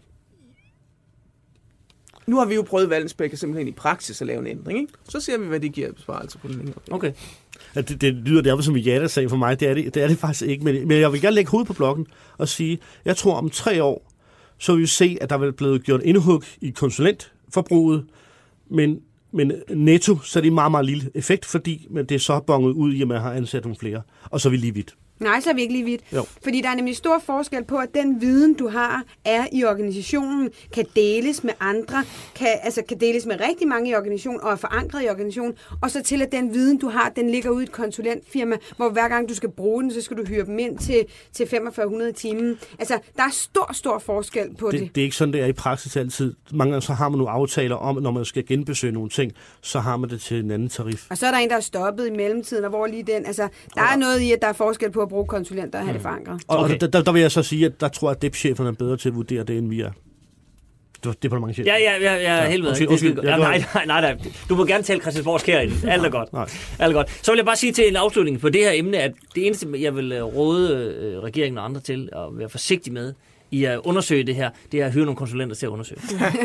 nu har vi jo prøvet Vallensbæk simpelthen i praksis at lave en ændring, ikke? Så ser vi, hvad det giver besparelse på den længere. Okay. Ja, det, det lyder derfor som en ja-sag for mig, det er det, det er det faktisk ikke, men, men jeg vil gerne lægge hovedet på blokken og sige, jeg tror om tre år, så vil vi se, at der er blevet gjort indhug i konsulentforbruget, men, men netto, så er det en meget, meget lille effekt, fordi det er så bonget ud i, at man har ansat nogle flere, og så er vi lige vidt. Nej, så er vi ikke lige vidt. Jo. Fordi der er nemlig stor forskel på, at den viden, du har, er i organisationen, kan deles med andre, kan, altså kan deles med rigtig mange i organisationen, og er forankret i organisationen, og så til, at den viden, du har, den ligger ude i et konsulentfirma, hvor hver gang du skal bruge den, så skal du hyre dem ind til, til femogfyrre hundrede timer. Altså, der er stor, stor forskel på det. Det, det er ikke sådan, det er i praksis altid. Mange gange så har man nogle aftaler om, at når man skal genbesøge nogle ting, så har man det til en anden tarif. Og så er der en, der er stoppet i mellemtiden, og hvor lige den, altså, der er noget i, at der er forskel på at bruge konsulenter og have mm. det forankret. Og Okay. der, der, der vil jeg så sige, at der tror jeg, at dep-cheferne er bedre til at vurdere det, end vi er. Departementchefer. Ja, ja, ja, ja, helvede. Undskyld, Det skal- undskyld. Ja, Jeg nej, nej, nej, nej. Du må gerne tale Christiansborgs kære ind. Alt er godt. Nej. Alt er godt. Så vil jeg bare sige til en afslutning på det her emne, at det eneste, jeg vil øh, råde øh, regeringen og andre til at være forsigtig med i at undersøge det her, det er at hyre nogle konsulenter til at undersøge.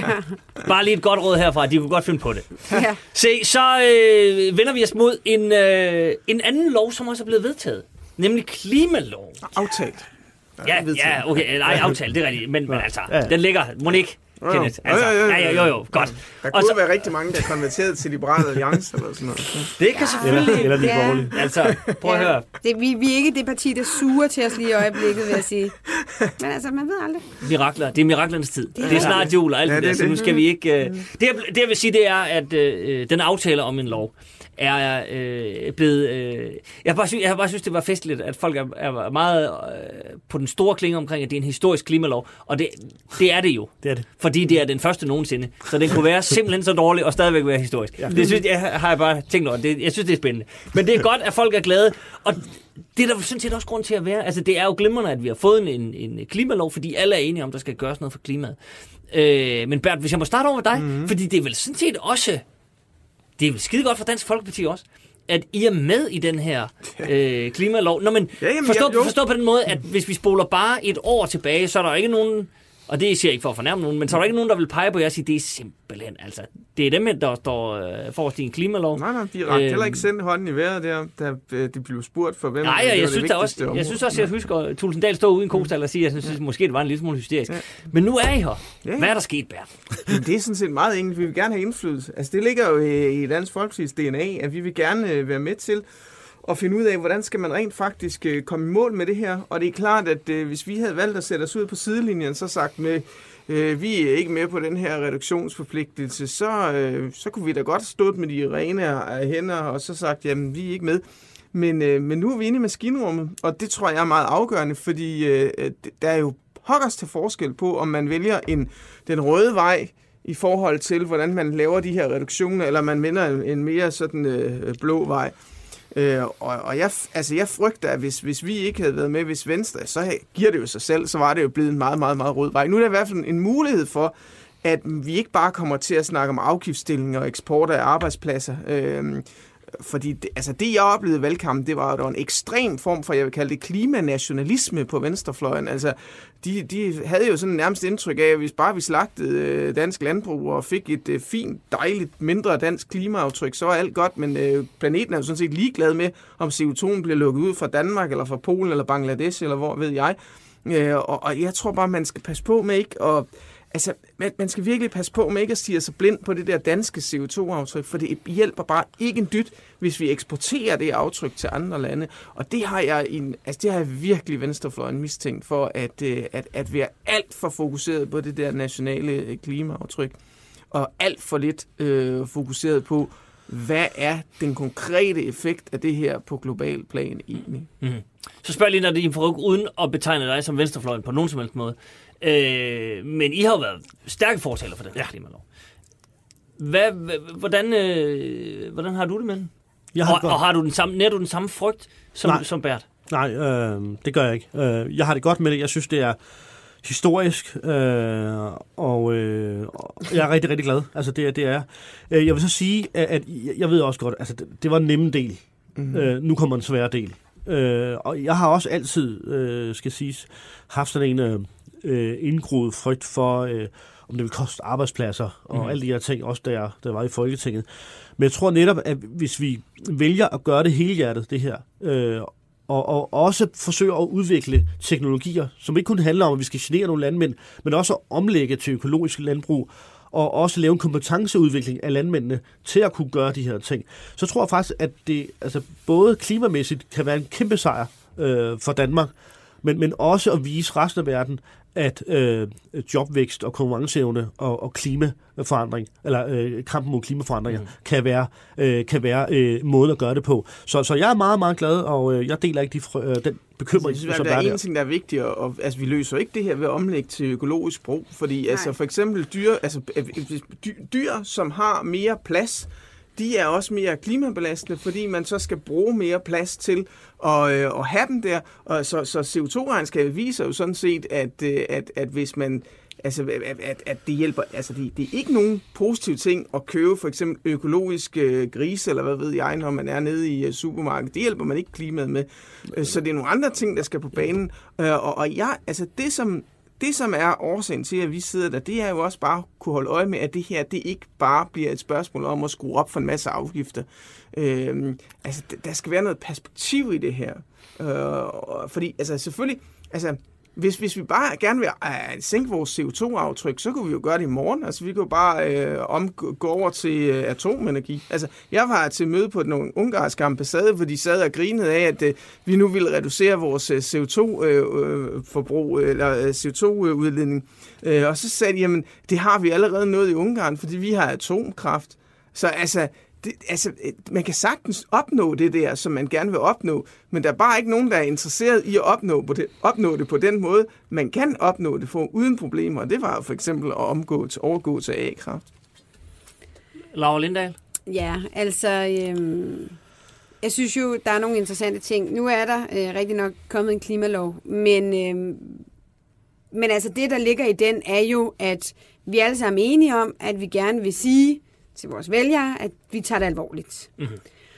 Bare lige et godt råd herfra, de kunne godt finde på det. Ja. Se, så øh, vender vi os mod en, øh, en anden lov, som også er blevet vedtaget. Nemlig klimaloven. Aftalt. Ja, ja, okay, nej, aftale, det er rigtigt. Men, men altså, den ligger, må ikke, Kenneth? Altså, ja, ja, jo, jo, godt. Der Og kunne så, være rigtig mange, der er konverteret til Liberale Alliance eller sådan noget. det kan selvfølgelig... Eller, eller lige Ja. borgerlige. Altså, prøv at høre. Det, vi, vi er ikke det parti, der suger til os lige i øjeblikket, vil jeg sige. Men altså, man ved aldrig. Mirakler. Det er miraklernes tid. Det er, det er snart jul og alt Ja, det det der, er så nu det. skal vi ikke... Uh... Det, jeg, det, jeg vil sige, det er, at uh, den aftale om en lov er øh, blevet... Øh... Jeg, har bare synes, jeg har bare synes, det var festligt, at folk er, er meget øh, på den store klinge omkring, at det er en historisk klimalov. Og det, det er det jo. Det er det. Fordi det er den første nogensinde. Så den kunne være simpelthen så dårlig og stadigvæk være historisk. Ja. Det synes jeg, har jeg bare tænkt over. Det, jeg synes, det er spændende. Men det er godt, at folk er glade. Og det er der sådan set også grund til at være. Altså, det er jo glimrende, at vi har fået en, en klimalov, fordi alle er enige om, der skal gøres noget for klimaet. Øh, men Bert, hvis jeg må starte over dig, mm-hmm. fordi det er vel sådan set også... Det er vel skide godt for Dansk Folkeparti også, at I er med i den her øh, klimalov. Nå, men Ja, jamen, forstå, jeg- jo. forstå på den måde, at hvis vi spoler bare et år tilbage, så er der ikke nogen, og det siger jeg ikke for at fornærme nogen, men så er der ikke nogen, der vil pege på jer og sige, det er simpelthen, altså, det er dem, der står øh, forrest i en klimalov. Nej, nej, de rakte Øhm. heller ikke sendt hånden i vejret der, da øh, de blev spurgt for, hvem Nej, det jeg, var jeg det synes da også, vigtigste jeg område. synes også, jeg husker Tulsendal stå ude i en kostal og sige, at jeg synes måske, det var en lille smule hysterisk. Ja. Men nu er I her. Ja. Hvad er der sket, Bert? Men det er sådan set meget enkelt. Vi vil gerne have indflydelse. Altså, det ligger jo i, i Dansk Folkepartis D N A, at vi vil gerne øh, være med til at finde ud af, hvordan skal man rent faktisk øh, komme i mål med det her. Og det er klart, at øh, hvis vi havde valgt at sætte os ud på sidelinjen, så sagt med, øh, vi er ikke med på den her reduktionsforpligtelse, så, øh, så kunne vi da godt stået med de rene hænder og så sagt, jamen, vi er ikke med. Men, øh, men nu er vi inde i maskinrummet, og det tror jeg er meget afgørende, fordi øh, der er jo pokkers til forskel på, om man vælger en, den røde vej i forhold til, hvordan man laver de her reduktioner, eller man vender en, en mere sådan øh, blå vej. Øh, og og jeg, altså jeg frygter, at hvis, hvis vi ikke havde været med, hvis Venstre, så giver det jo sig selv, så var det jo blevet en meget, meget, meget rød vej. Nu er der i hvert fald en mulighed for, at vi ikke bare kommer til at snakke om afgiftsstilling og eksport af arbejdspladser. Øh, fordi det, altså det, jeg oplevede i valgkampen, det var jo der var en ekstrem form for, jeg vil kalde det, klimanationalisme på venstrefløjen. Altså, de, de havde jo sådan nærmest indtryk af, at hvis bare vi slagtede øh, dansk landbrug og fik et øh, fint, dejligt, mindre dansk klimaaftryk, så var alt godt, men øh, planeten er jo sådan set ligeglad med, om C O to bliver lukket ud fra Danmark, eller fra Polen, eller Bangladesh, eller hvor ved jeg. Øh, og, og jeg tror bare, man skal passe på med ikke at... Altså, man, man skal virkelig passe på med ikke at stirre sig blind på det der danske C O to aftryk, for det hjælper bare ikke en dyt, hvis vi eksporterer det aftryk til andre lande. Og det har jeg, en, altså det har jeg virkelig venstrefløjen mistænkt for, at, at, at vi er alt for fokuseret på det der nationale klimaaftryk, og alt for lidt øh, fokuseret på, hvad er den konkrete effekt af det her på global plan egentlig. Mm-hmm. Så spørg lige, når det er Faruk, uden at betegne dig som venstrefløjen på nogen som helst måde. Øh, men I har jo været stærke fortaler for den her ja. klimalov. Hvad, hvordan, øh, hvordan har du det med den? Jeg har og, og har du den samme, nærer du den samme frygt som, som Bert? Nej, øh, det gør jeg ikke. Øh, jeg har det godt med det. Jeg synes, det er historisk, øh, og, øh, og jeg er rigtig, rigtig glad. Altså, det, det er øh, Jeg vil så sige, at, at jeg ved også godt, altså, det, det var en nemme del. Mm-hmm. Øh, nu kommer en svær del. Øh, og jeg har også altid, øh, skal siges, haft sådan en øh, øh, indgroet frygt for, øh, om det vil koste arbejdspladser, og mm. alle de her ting, også da jeg, da jeg var i Folketinget. Men jeg tror netop, at hvis vi vælger at gøre det helhjertet, det her, øh, og, og, og også forsøge at udvikle teknologier, som ikke kun handler om, at vi skal genere nogle landmænd, men også at omlægge til økologisk landbrug, og også lave en kompetenceudvikling af landmændene til at kunne gøre de her ting. Så tror jeg faktisk, at det altså både klimamæssigt kan være en kæmpe sejr øh, for Danmark, men, men også at vise resten af verden, at øh, jobvækst og konkurrenceevne og, og klimaforandring, eller øh, kampen mod klimaforandringer, mm. kan være, øh, kan være øh, måden at gøre det på. Så, så jeg er meget, meget glad, og øh, jeg deler ikke de, øh, den bekymring, altså, synes, som der der er. Der er en ting, der er vigtig, og, og altså, vi løser ikke det her ved at omlægge til økologisk brug, fordi altså, for eksempel dyr, altså, dyr, dyr, som har mere plads, de er også mere klimabelastende, fordi man så skal bruge mere plads til at, øh, at have dem der. Og så, så C O to-regnskabet viser jo sådan set, at, at, at hvis man altså, at, at det hjælper, altså det, det er ikke nogen positiv ting at købe for eksempel økologiske øh, grise, eller hvad ved jeg, når man er nede i uh, supermarkedet. Det hjælper man ikke klimaet med. Øh, så det er nogle andre ting, der skal på banen. Øh, og, og ja, altså det som Det, som er årsagen til, at vi sidder der, det er jo også bare at kunne holde øje med, at det her, det ikke bare bliver et spørgsmål om at skrue op for en masse afgifter. Øhm, altså, der skal være noget perspektiv i det her. Øh, fordi, altså selvfølgelig, altså, hvis, hvis vi bare gerne vil øh, sænke vores C O to-aftryk, så kunne vi jo gøre det i morgen. Altså, vi kunne bare øh, om, gå over til øh, atomenergi. Altså, jeg var til møde på den ungarske ambassade, hvor de sad og grinede af, at øh, vi nu ville reducere vores øh, C O to-forbrug, øh, eller øh, C O to-udledning. Øh, og så sagde de, jamen, det har vi allerede nået i Ungarn, fordi vi har atomkraft. Så altså, det, altså, man kan sagtens opnå det der, som man gerne vil opnå, men der er bare ikke nogen, der er interesseret i at opnå, på det, opnå det på den måde, man kan opnå det for uden problemer. Og det var for eksempel at omgå til, overgå til A-kraft. Laura Lindahl? Ja, altså, øhm, jeg synes jo, der er nogle interessante ting. Nu er der øh, rigtig nok kommet en klimalov, men, øhm, men altså det, der ligger i den, er jo, at vi alle sammen er enige om, at vi gerne vil sige til vores vælgere, at vi tager det alvorligt. Mm-hmm.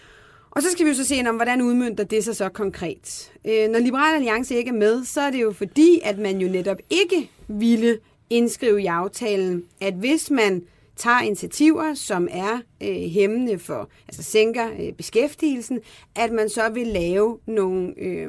Og så skal vi jo så se, om hvordan udmønter det sig så konkret. Øh, når Liberal Alliance ikke er med, så er det jo fordi, at man jo netop ikke ville indskrive i aftalen, at hvis man tager initiativer, som er øh, hæmmende for, altså sænker øh, beskæftigelsen, at man så vil lave nogle øh,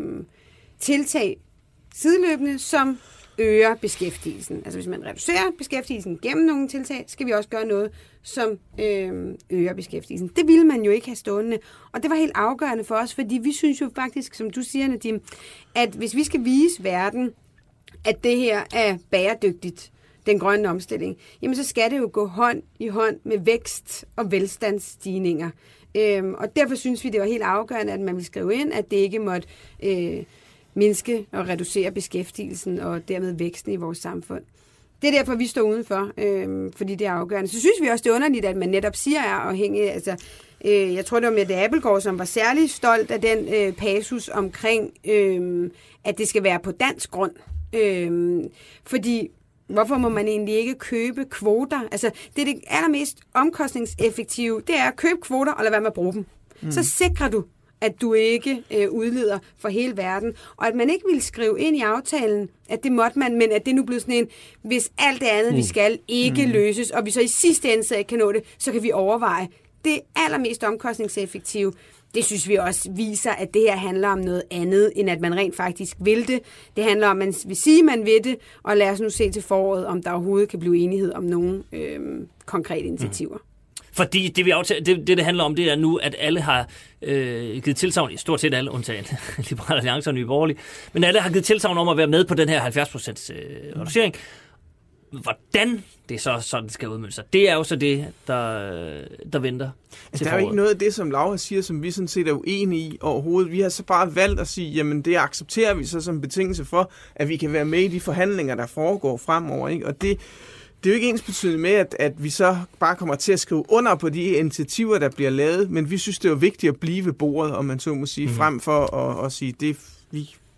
tiltag sideløbende, som øger beskæftigelsen. Altså hvis man reducerer beskæftigelsen gennem nogle tiltag, skal vi også gøre noget, som øh, øger beskæftigelsen. Det ville man jo ikke have stående. Og det var helt afgørende for os, fordi vi synes jo faktisk, som du siger, Nadim, at hvis vi skal vise verden, at det her er bæredygtigt, den grønne omstilling, jamen så skal det jo gå hånd i hånd med vækst og velstandsstigninger. Øhm, og derfor synes vi, det var helt afgørende, at man ville skrive ind, at det ikke måtte øh, mindske og reducere beskæftigelsen og dermed væksten i vores samfund. Det er derfor, vi står udenfor, øh, fordi det er afgørende. Så synes vi også, det er underligt, at man netop siger er afhængig. Altså, øh, jeg tror, det var Mette Abildgaard, som var særlig stolt af den øh, passus omkring, øh, at det skal være på dansk grund. Øh, fordi hvorfor må man egentlig ikke købe kvoter? Altså, det er det allermest omkostningseffektive, det er at købe kvoter og lade være med at bruge dem. Mm. Så sikrer du, at du ikke øh, udleder for hele verden, og at man ikke ville skrive ind i aftalen, at det måtte man, men at det nu blev sådan en, hvis alt det andet, mm. vi skal, ikke mm. løses, og vi så i sidste ende så ikke kan nå det, så kan vi overveje. Det allermest omkostningseffektive, det synes vi også viser, at det her handler om noget andet, end at man rent faktisk vil det. Det handler om, at man vil sige, at man vil det, og lad os nu se til foråret, om der overhovedet kan blive enighed om nogle øh, konkrete initiativer. Mm. Fordi det, vi aftale, det, det, det handler om, det er nu, at alle har øh, givet tilsagn, i stort set alle, undtagen Liberal Alliance og Nye Borgerlige, men alle har givet tilsagn om at være med på den her halvfjerds procent øh, reducering. Hvordan det så sådan skal udmønte sig, det er jo så det, der, der venter. Altså, der er jo ikke noget af det, som Laura siger, som vi sådan set er uenige i overhovedet. Vi har så bare valgt at sige, jamen det accepterer vi så som betingelse for, at vi kan være med i de forhandlinger, der foregår fremover. Ikke? Og det, det er jo ikke ensbetydende med, at, at vi så bare kommer til at skrive under på de initiativer, der bliver lavet, men vi synes, det er vigtigt at blive ved bordet, om man så må sige, mm. frem for at, at sige, det vi, vi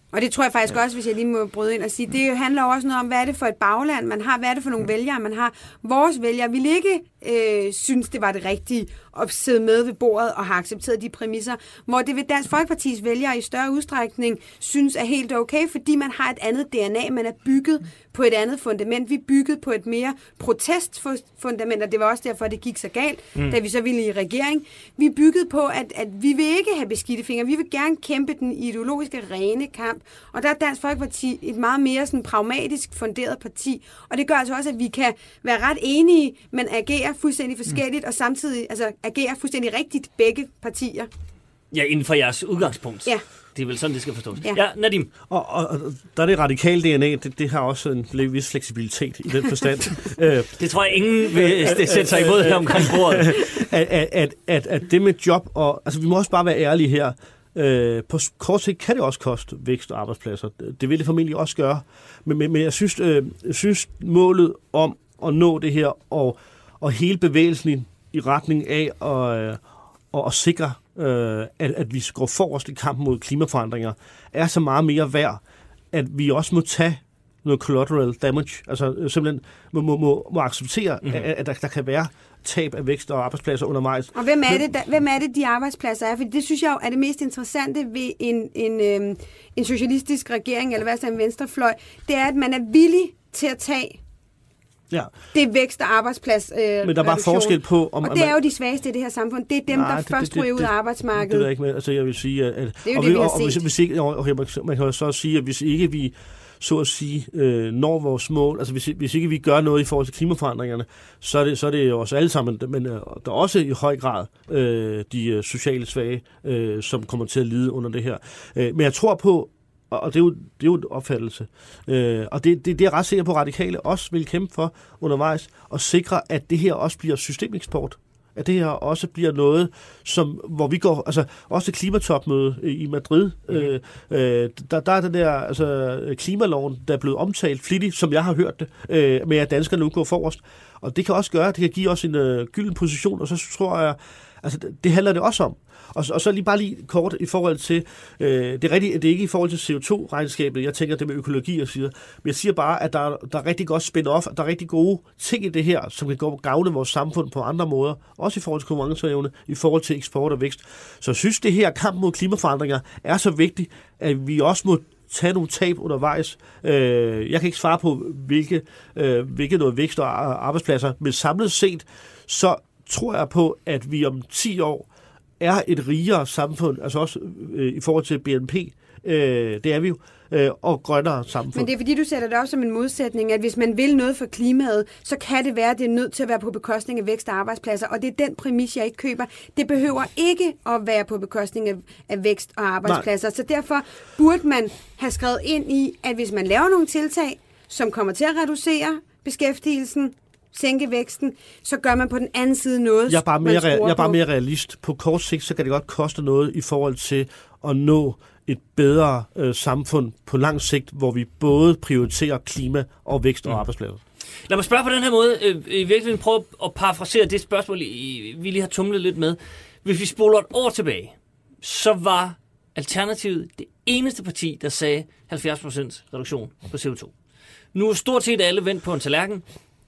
Og det tror jeg faktisk ja. også, hvis jeg lige må bryde ind og sige, det handler også noget om, hvad er det for et bagland, man har, hvad er det for nogle mm. vælgere, man har. Vores vælgere ville ikke øh, synes, det var det rigtige at sidde med ved bordet og have accepteret de præmisser, hvor det ved Dansk Folkepartis vælgere i større udstrækning synes er helt okay, fordi man har et andet D N A, man er bygget på et andet fundament. Vi er bygget på et mere protestfundament, og det var også derfor, det gik så galt, mm. da vi så ville i regering. Vi er bygget på, at, at vi vil ikke have beskidte fingre. Vi vil gerne kæmpe den ideologiske rene kamp, og der er Dansk Folkeparti et meget mere sådan pragmatisk funderet parti, og det gør altså også, at vi kan være ret enige, men agere fuldstændig forskelligt, mm. og samtidig altså, agere fuldstændig rigtigt begge partier. Ja, inden for jeres udgangspunkt. Ja. Det er vel sådan, det skal forstås. Ja, ja Nadim. Og, og, og der er det radikale D N A, det, det har også en vis fleksibilitet i den forstand. Det tror jeg, ingen vil sætte sig imod her omkring bordet. At, at, at, at, at det med job, og altså vi må også bare være ærlige her, øh, på kort sigt kan det også koste vækst og arbejdspladser. Det vil det formentlig også gøre. Men, men, men jeg, synes, øh, jeg synes, målet om at nå det her, og, og hele bevægelsen i retning af at, øh, og at sikre, øh, at, at vi går forrest i kampen mod klimaforandringer, er så meget mere værd, at vi også må tage noget collateral damage, altså simpelthen må, må, må, må acceptere, mm-hmm. at, at der, der kan være tab af vækst og arbejdspladser undervejs. Og hvem er det, der, hvem er det de arbejdspladser er? For det synes jeg jo er det mest interessante ved en, en, øhm, en socialistisk regering, eller hvad så en venstrefløj, det er, at man er villig til at tage ja. det vækst- og arbejdsplads øh, Men der er bare forskel på... Om, og det er jo de svageste i det her samfund. Det er dem, nej, der det, først ryger ud af arbejdsmarkedet. Det er der ikke med. Altså, jeg vil sige, at... Det er jo og det, vi, vi har og, set. Hvis, hvis ikke, okay, man, man kan jo så sige, at hvis ikke vi så at sige, øh, når vores mål, altså hvis, hvis ikke vi gør noget i forhold til klimaforandringerne, så er det, så er det jo os alle sammen, men øh, der er også i høj grad øh, de øh, sociale svage, øh, som kommer til at lide under det her. Øh, men jeg tror på, og det er jo, det er jo en opfattelse, øh, og det, det, det er ret sikker på, Radikale også vil kæmpe for undervejs, og sikre, at det her også bliver systemeksport. At det her også bliver noget, som, hvor vi går, altså også til klimatopmøde i Madrid, mm-hmm. øh, øh, der, der er den der altså, klimaloven, der er blevet omtalt flittigt, som jeg har hørt det, øh, med at danskerne nu går forrest. Og det kan også gøre, det kan give os en øh, gylden position, og så tror jeg, altså det handler det også om. Og, og så lige bare lige kort i forhold til, øh, det er rigtigt, det er ikke i forhold til C O to regnskabet, jeg tænker det med økologi og siger, men jeg siger bare, at der, der er rigtig godt spin-off, der er rigtig gode ting i det her, som kan gå gavne vores samfund på andre måder, også i forhold til konkurrenceevne, i forhold til eksport og vækst. Så jeg synes, det her kamp mod klimaforandringer er så vigtigt, at vi også må tage nogle tab undervejs. Øh, jeg kan ikke svare på, hvilke, øh, hvilke noget vækst og arbejdspladser, men samlet set, så tror jeg på, at vi om ti år er et rigere samfund, altså også øh, i forhold til B N P, øh, det er vi jo, øh, og grønnere samfund. Men det er fordi, du sætter det op som en modsætning, at hvis man vil noget for klimaet, så kan det være, at det er nødt til at være på bekostning af vækst og arbejdspladser, og det er den præmis, jeg ikke køber. Det behøver ikke at være på bekostning af, af vækst og arbejdspladser, Nej. Så derfor burde man have skrevet ind i, at hvis man laver nogle tiltag, som kommer til at reducere beskæftigelsen, sænke væksten, så gør man på den anden side noget, jeg er bare mere, jeg er bare mere realist. På kort sigt, så kan det godt koste noget i forhold til at nå et bedre øh, samfund på lang sigt, hvor vi både prioriterer klima og vækst og mm. arbejdspladser. Lad mig spørge på den her måde. Øh, I virkeligheden prøve at parafrasere det spørgsmål, vi lige har tumlet lidt med. Hvis vi spoler et år tilbage, så var Alternativet det eneste parti, der sagde halvfjerds procent reduktion på C O to. Nu er stort set alle vendt på en tallerken,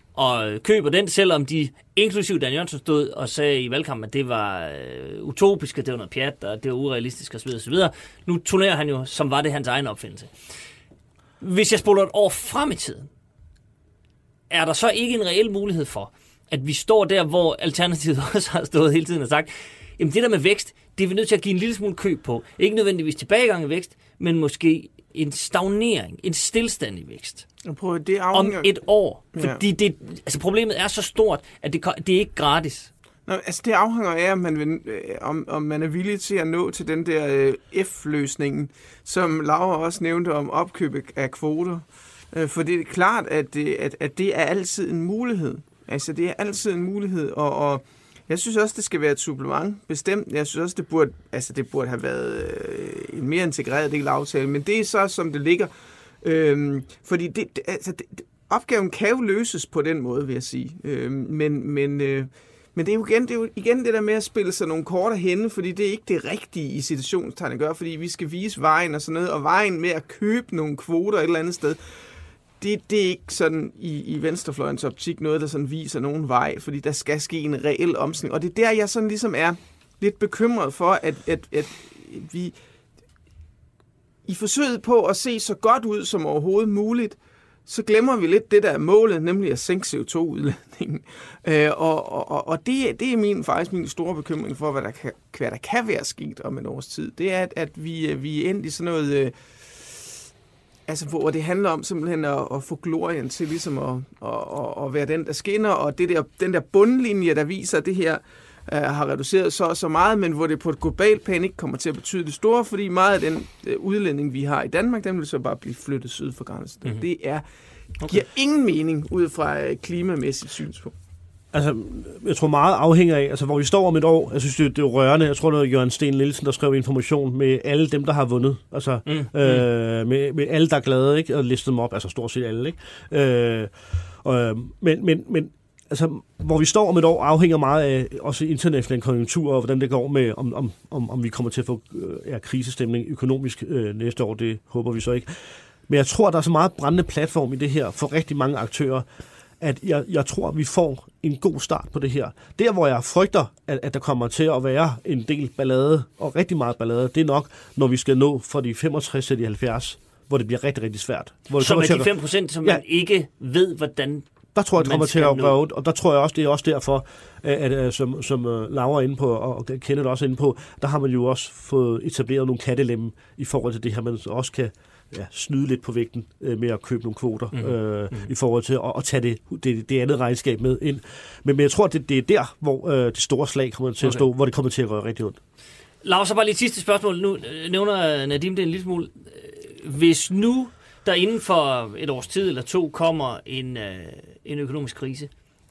og køber den, selvom de, inklusive Dan Jørgensen, stod og sagde i valgkampen, at det var øh, utopisk, at det var noget pjat, og det var urealistisk osv. osv. Nu turnerer han jo, som var det hans egen opfindelse. Hvis jeg spoler et år frem i tiden, er der så ikke en reel mulighed for, at vi står der, hvor Alternativet også har stået hele tiden og sagt, jamen det der med vækst, det er vi nødt til at give en lille smule køb på. Ikke nødvendigvis tilbagegang i vækst, men måske en stagnering, en stilstand i vækst. Prøv, det afhænger... Om et år. Fordi ja. det, altså problemet er så stort, at det, det er ikke gratis. Nå, altså det afhænger af, om man, vil, om, om man er villig til at nå til den der uh, F-løsningen, som Laura også nævnte om opkøb af kvoter. Uh, for det er klart, at det, at, at det er altid en mulighed. Altså det er altid en mulighed, og, og jeg synes også, det skal være et supplement, bestemt. Jeg synes også, det burde, altså det burde have været øh, en mere integreret del af aftalen, men det er så, som det ligger. Øhm, fordi det, det, altså det, opgaven kan jo løses på den måde, vil jeg sige. Øhm, men men øh, Men det er, jo igen, det er jo igen det der med at spille sig nogle kort af hende, fordi det er ikke det rigtige i situationstegn at gøre, fordi vi skal vise vejen og sådan noget, og vejen med at købe nogle kvoter et eller andet sted, det, det er ikke sådan i, i venstrefløjens optik noget, der sådan viser nogen vej, fordi der skal ske en reel omstilling. Og det er der, jeg sådan ligesom er lidt bekymret for, at, at, at vi i forsøget på at se så godt ud som overhovedet muligt, så glemmer vi lidt det, der er målet, nemlig at sænke C O to udledningen. Øh, og og, og det, det er min, faktisk min store bekymring for, hvad der kan, hvad der kan være sket om en års tid. Det er, at, at vi, vi er endt i sådan noget, øh, altså, hvor det handler om simpelthen at, at få glorien til ligesom at, at, at være den, der skinner, og det der, den der bundlinje, der viser, at det her øh, har reduceret så så meget, men hvor det på et globalt plan ikke kommer til at betyde det store, fordi meget af den øh, udledning, vi har i Danmark, den vil så bare blive flyttet syd for grænsen. Mm-hmm. Det er, giver okay. ingen mening ud fra et klimamæssigt synspunkt. Altså, jeg tror meget afhænger af, altså hvor vi står om et år, jeg synes, det, det er rørende. Jeg tror, det var Jørgen Sten Nielsen, der skrev information med alle dem, der har vundet. Altså, mm. øh, med, med alle, der er glade, ikke? Og listede dem op, altså stort set alle, ikke? Øh, øh, men, men, men altså, hvor vi står om et år, afhænger meget af også internationale konjunkturer, og hvordan det går med, om, om, om, om vi kommer til at få øh, ja, krisestemning økonomisk øh, næste år. Det håber vi så ikke. Men jeg tror, der er så meget brændende platform i det her for rigtig mange aktører, at jeg, jeg tror, at vi får en god start på det her. Der, hvor jeg frygter, at, at der kommer til at være en del ballade, og rigtig meget ballade, det er nok, når vi skal nå fra de femogtres til de halvfjerds, hvor det bliver rigtig, rigtig svært. Hvor som er de fem procent, som ja, man ikke ved, hvordan der tror jeg, det kommer til at røve, og der tror jeg også, det er også derfor, at, at som, som Laura er inde på, og Kenneth også inde på, der har man jo også fået etableret nogle kattelemme i forhold til det her, man også kan ja, snyde lidt på vægten øh, med at købe nogle kvoter mm. Øh, mm. i forhold til at, at tage det, det, det andet regnskab med ind. Men, men jeg tror, det, det er der, hvor øh, det store slag kommer til okay. at stå, hvor det kommer til at gøre rigtig ondt. Lars, så bare lige et sidste spørgsmål. Nu nævner Nadim det en lille smule. Hvis nu der inden for et års tid eller to kommer en, øh, en økonomisk krise,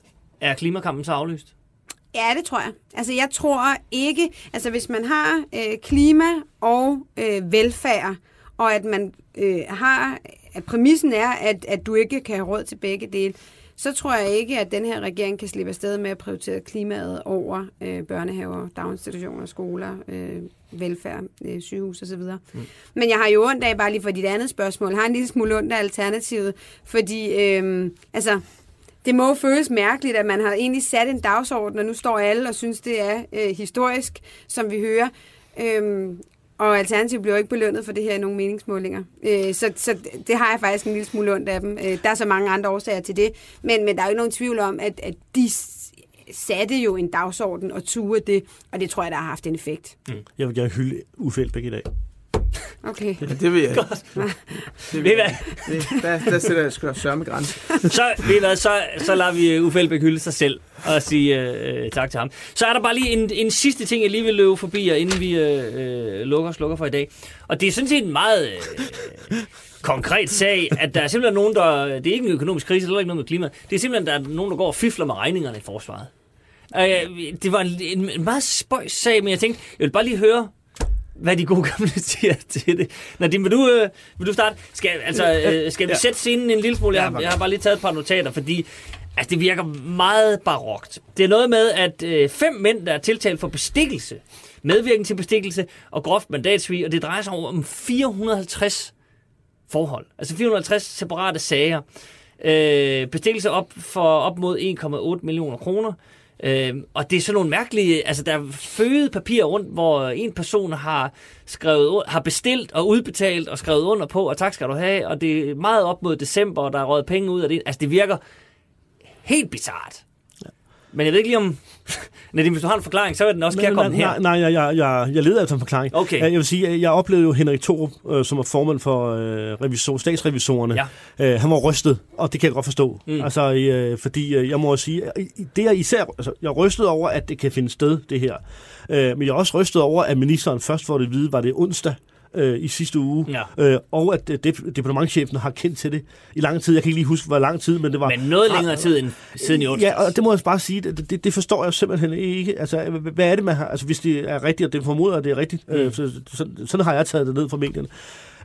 er klimakampen så aflyst? Ja, det tror jeg. Altså, jeg tror ikke... Altså, hvis man har øh, klima og øh, velfærd, og at man øh, har, at præmissen er, at, at du ikke kan have råd til begge dele, så tror jeg ikke, at den her regering kan slippe afsted med at prioritere klimaet over øh, børnehaver, daginstitutioner, skoler, øh, velfærd, øh, sygehus osv. Mm. Men jeg har jo ondt af, bare lige for dit andet spørgsmål, har en lille smule ondt af alternativet, fordi øh, altså, det må føles mærkeligt, at man har egentlig sat en dagsorden, og nu står alle og synes, det er øh, historisk, som vi hører. Øh, Og Alternativet bliver jo ikke belønnet for det her i nogle meningsmålinger. Øh, så, så det har jeg faktisk en lille smule ondt af dem. Øh, der er så mange andre årsager til det. Men, men der er jo ikke nogen tvivl om, at, at de satte jo en dagsorden og turde det. Og det tror jeg, der har haft en effekt. Mm. Jeg vil gerne hylde Uffe Elbæk i dag. Okay. Ja, det vil jeg. Det vil jeg. Det, der, der sætter jeg sgu sørme grænse. Så, ved hvad, så, så lader vi Uffe Elbæk hylde sig selv og sige øh, tak til ham. Så er der bare lige en, en sidste ting, jeg lige vil løbe forbi, inden vi øh, lukker og slukker for i dag. Og det er sådan set en meget øh, konkret sag, at der er simpelthen nogen, der... Det er ikke en økonomisk krise, eller ikke noget med klima. Det er simpelthen, der er nogen, der går og fifler med regningerne i forsvaret. Øh, det var en, en meget spøjs sag, men jeg tænkte, jeg vil bare lige høre, hvad de gode gamle siger til det. Nadim, vil du, øh, vil du starte? Skal, altså, øh, skal vi ja. sætte scenen en lille smule? Jeg har, jeg har bare lige taget et par notater, fordi altså, det virker meget barokt. Det er noget med, at øh, fem mænd, der er tiltalt for bestikkelse, medvirken til bestikkelse og groft mandatsvig, og det drejer sig om fire hundrede og halvtreds forhold. Altså fire hundrede og halvtreds separate sager. Øh, bestikkelse op for op mod en komma otte millioner kroner. Øh, og det er sådan nogle mærkelige, altså der er føget papirer rundt, hvor en person har skrevet, har bestilt og udbetalt og skrevet under på, og tak skal du have, og det er meget op mod december, og der er røget penge ud af det. Altså det virker helt bizarrt. Ja. Men jeg ved ikke lige om... Nadim, hvis du har en forklaring, så er den også men, kan komme nej, her. Nej, jeg, jeg, jeg, jeg leder efter en forklaring. Okay. Jeg vil sige, at jeg oplevede jo Henrik Thorup, øh, som er formand for øh, revisor, statsrevisorerne. Ja. Øh, han var rystet, og det kan jeg godt forstå. Mm. Altså, øh, fordi øh, jeg må sige, det er især, altså, jeg er rystet over, at det kan finde sted, det her. Øh, men jeg er også rystet over, at ministeren først får det at vide, var det onsdag øh, i sidste uge, ja. øh, og at det, departementschefen har kendt til det i lang tid. Jeg kan ikke lige huske, hvor lang tid, men det var... Men noget længere tid end siden i onsdag. Ja, og det må jeg bare sige, det, det, det forstår jeg simpelthen ikke. Altså, hvad er det, man har... Altså, hvis det er rigtigt, og det formoder, at det er rigtigt, mm. øh, så, så, sådan har jeg taget det ned fra medierne.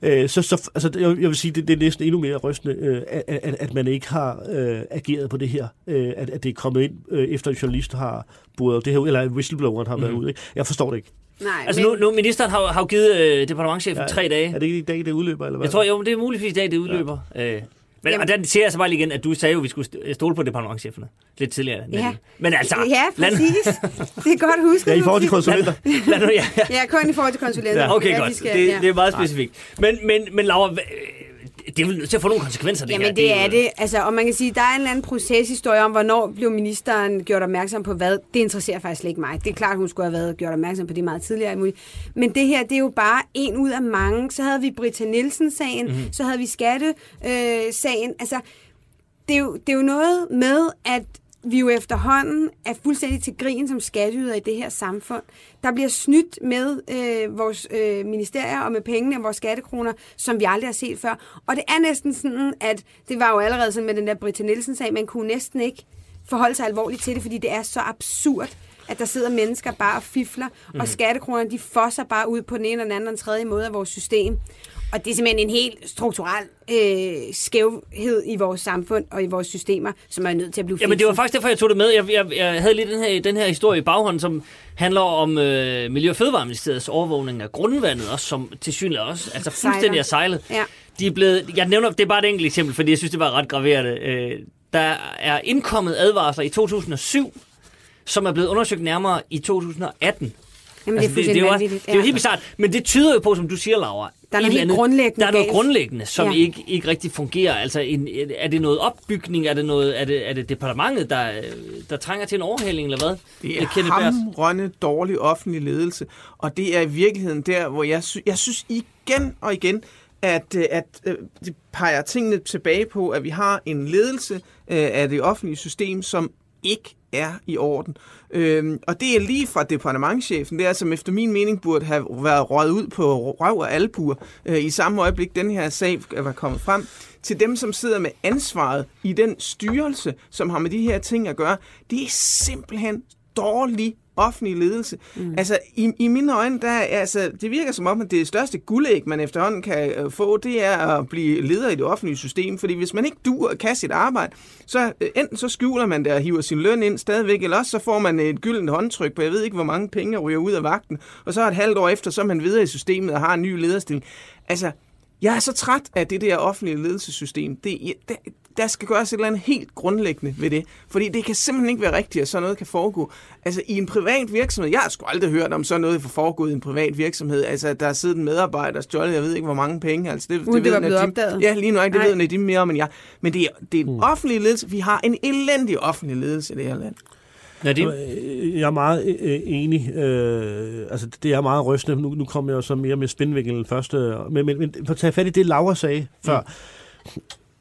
Øh, så, så altså, jeg, jeg vil sige, det, det er næsten endnu mere rystende, øh, at, at, at man ikke har øh, ageret på det her. Øh, at, at det er kommet ind, øh, efter en journalist har boet det her, eller whistlebloweren har været mm. ude. Ikke? Jeg forstår det ikke. Nej, altså men... nu, nu ministeren har, har jo givet øh, departementschefen ja, tre dage. Er det ikke i dag, det udløber? Eller hvad? Jeg tror jo, det er muligvis i dag, det udløber. Ja. Øh. Men, Jamen. og der siger jeg så bare lige igen, at du sagde jo, at vi skulle stole på departementcheferne lidt tidligere. Ja. Men altså... Ja, præcis. Det er godt husket. Ja, i forhold til konsulenter. Lad, lad nu, ja, ja. ja, kun i forhold til konsulenter. Ja, okay, ja, godt. Skal, det, ja. det er meget specifikt. Men, men, men Laura, det er vel nødt til at få nogle konsekvenser, det Jamen, her. det, det er det. Altså, og man kan sige, der er en eller anden proceshistorie om, hvornår blev ministeren gjort opmærksom på hvad. Det interesserer faktisk slet ikke mig. Det er klart, hun skulle have været gjort opmærksom på det meget tidligere. Men det her, det er jo bare en ud af mange. Så havde vi Britta Nielsen-sagen, mm-hmm. så havde vi Skatte-sagen. Øh, altså, det er, jo, det er jo noget med, at vi jo efterhånden er fuldstændig til grin som skatteyder i det her samfund. Der bliver snydt med øh, vores øh, ministerier og med pengene og vores skattekroner, som vi aldrig har set før. Og det er næsten sådan, at det var jo allerede sådan med den der Britta Nielsen-sag, man kunne næsten ikke forholde sig alvorligt til det, fordi det er så absurd, at der sidder mennesker bare og fifler, mm. og skattekronerne, de fosser bare ud på den ene eller den anden og den tredje måde af vores system. Og det er simpelthen en helt strukturel øh, skævhed i vores samfund og i vores systemer, som er nødt til at blive fikset. Jamen det var faktisk derfor, jeg tog det med. Jeg, jeg, jeg havde lige den her, den her historie i baghånden, som handler om øh, Miljø- og Fødevareministeriets overvågning af grundvandet, også, som tilsyneladende også altså fuldstændig er sejlet. Ja. De er blevet, jeg nævner, det er bare et enkelt eksempel, fordi jeg synes, det var ret graverende. Øh, der er indkommet advarsler i to tusind og syv, som er blevet undersøgt nærmere i to tusind og atten. Jamen, altså, det, er det, det, er jo, det er jo helt bizarrt, men det tyder jo på, som du siger, Laura, der er noget helt grundlæggende, der er noget grundlæggende som ja. ikke, ikke rigtig fungerer. Altså, en, er det noget opbygning? Er det, noget, er det, er det departementet, der, der trænger til en overhaling, eller hvad? Det er hamrende dårlig offentlig ledelse, og det er i virkeligheden der, hvor jeg, sy- jeg synes igen og igen, at, at, at det peger tingene tilbage på, at vi har en ledelse af det offentlige system, som ikke er i orden. Øhm, og det er lige fra departementschefen, der som efter min mening burde have været røget ud på røv og albuer øh, i samme øjeblik, den her sag var kommet frem, til dem, som sidder med ansvaret i den styrelse, som har med de her ting at gøre. Det er simpelthen dårlig offentlig ledelse. Mm. Altså, i, i mine øjne, der, altså, det virker som om, at det største guldæg, man efterhånden kan uh, få, det er at blive leder i det offentlige system. Fordi hvis man ikke duer og kan sit arbejde, så uh, enten så skjuler man det og hiver sin løn ind stadigvæk, eller også så får man et gyldent håndtryk på, jeg ved ikke, hvor mange penge ryger ud af vagten, og så et halvt år efter, så er man videre i systemet og har en ny lederstilling. Altså, jeg er så træt af det der offentlige ledelsessystem. Det, det, der skal gøres et eller andet helt grundlæggende ved det. Fordi det kan simpelthen ikke være rigtigt, at sådan noget kan foregå. Altså i en privat virksomhed, jeg har sgu aldrig hørt om sådan noget for foregået i en privat virksomhed. Altså der er siddet en medarbejder og stjålet, jeg ved ikke hvor mange penge. Altså, det, Uden det, det var blevet opdaget. Ja, lige nu ikke, det Nej. ved Nadim mere om end jeg. Men det er, det er en mm. offentlig ledelse. Vi har en elendig offentlig ledelse i det her land. Nadim? Jeg er meget øh, enig. Øh, altså, det er meget rystende. Nu, nu kommer jeg jo så mere med spændvinkelen først. Men, men, men for at tage fat i det, Laura sagde før. Mm.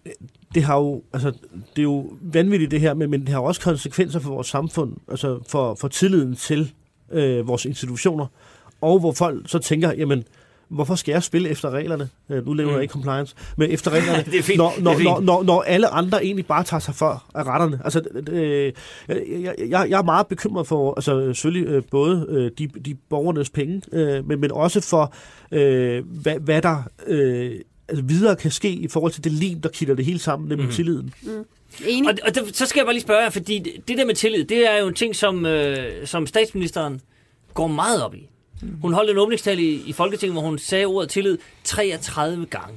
Det har jo, altså, det er jo vanvittigt det her, men, men det har også konsekvenser for vores samfund, altså for, for tilliden til øh, vores institutioner, og hvor folk så tænker, jamen, hvorfor skal jeg spille efter reglerne? Øh, nu laver mm. jeg ikke compliance, men efter reglerne, det er fint. Når, når, det er fint. Når, når, når alle andre egentlig bare tager sig for af retterne. Altså, øh, jeg, jeg, jeg er meget bekymret for, altså selvfølgelig øh, både øh, de, de borgernes penge, øh, men, men også for, øh, hvad, hvad der øh, altså videre kan ske i forhold til det lim, der kilder det hele sammen, nemlig mm. tilliden. Mm. Enig. Og, og der, så skal jeg bare lige spørge jer, fordi det, det der med tillid, det er jo en ting, som, øh, som statsministeren går meget op i. Mm. Hun holdt en åbningstale i, i Folketinget, hvor hun sagde ordet tillid treogtredive gange.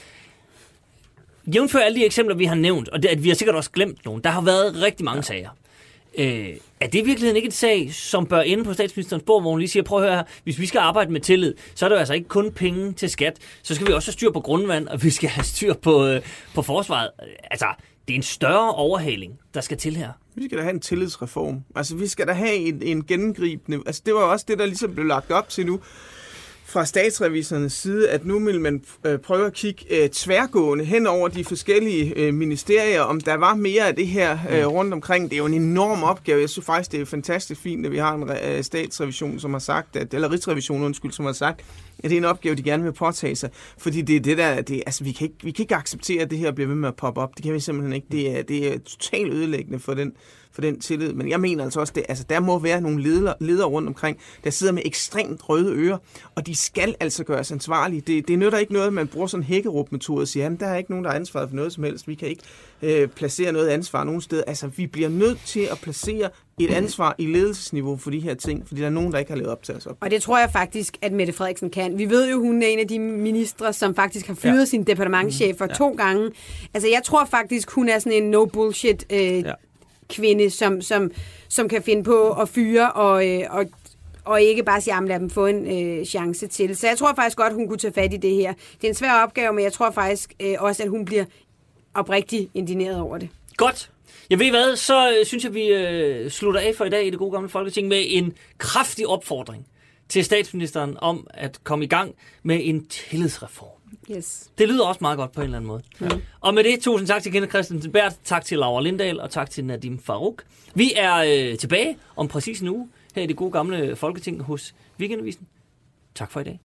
Jævnfør alle de eksempler, vi har nævnt, og det, at vi har sikkert også glemt nogen, der har været rigtig mange ja. sager. Øh, er det i virkeligheden ikke en sag, som bør ende på statsministerens bord, hvor hun lige siger, prøv at høre her, hvis vi skal arbejde med tillid, så er det jo altså ikke kun penge til skat, så skal vi også have styr på grundvand, og vi skal have styr på, øh, på forsvaret. Altså, det er en større overhaling, der skal til her. Vi skal da have en tillidsreform. Altså, vi skal da have en, en gennemgribende... Altså, det var også det, der ligesom blev lagt op til nu fra statsrevisorernes side, at nu vil man øh, prøve at kigge øh, tværgående hen over de forskellige øh, ministerier, om der var mere af det her øh, rundt omkring. Det er jo en enorm opgave. Jeg synes faktisk, det er fantastisk fint, at vi har en øh, statsrevision, som har sagt, at, eller rigsrevision, undskyld, som har sagt, at det er en opgave, de gerne vil påtage sig. Fordi det er det der, det, altså vi kan, ikke, vi kan ikke acceptere, at det her bliver ved med at poppe op. Det kan vi simpelthen ikke. Det er, det er totalt ødelæggende for den, for den tillid. Men jeg mener altså også, at altså, der må være nogle ledere, ledere rundt omkring, der sidder med ekstremt røde ører, og de de skal altså gøres ansvarlige. Det, det nytter ikke noget, at man bruger sådan en hækkerup-metode og siger, jamen der er ikke nogen, der har ansvaret for noget som helst. Vi kan ikke øh, placere noget ansvar nogen sted. Altså, vi bliver nødt til at placere et ansvar i ledelsesniveau for de her ting, fordi der er nogen, der ikke har levet op til os op. Og det tror jeg faktisk, at Mette Frederiksen kan. Vi ved jo, hun er en af de ministre, som faktisk har fyret ja. sin departementschefer ja. to gange. Altså, jeg tror faktisk, hun er sådan en no-bullshit øh, ja. kvinde, som, som, som kan finde på at fyre og, øh, og og ikke bare sige, at lad dem få en øh, chance til. Så jeg tror faktisk godt, hun kunne tage fat i det her. Det er en svær opgave, men jeg tror faktisk øh, også, at hun bliver oprigtigt indineret over det. Godt. Jeg ved hvad, så øh, synes jeg, vi øh, slutter af for i dag i det gode gamle Folketing med en kraftig opfordring til statsministeren om at komme i gang med en tillidsreform. Yes. Det lyder også meget godt på en eller anden måde. Ja. Og med det, tusind tak til Kenneth Christensen Berth, tak til Laura Lindahl og tak til Nadim Farooq. Vi er øh, tilbage om præcis en uge her i det gode gamle Folketing hos Weekendavisen. Tak for i dag.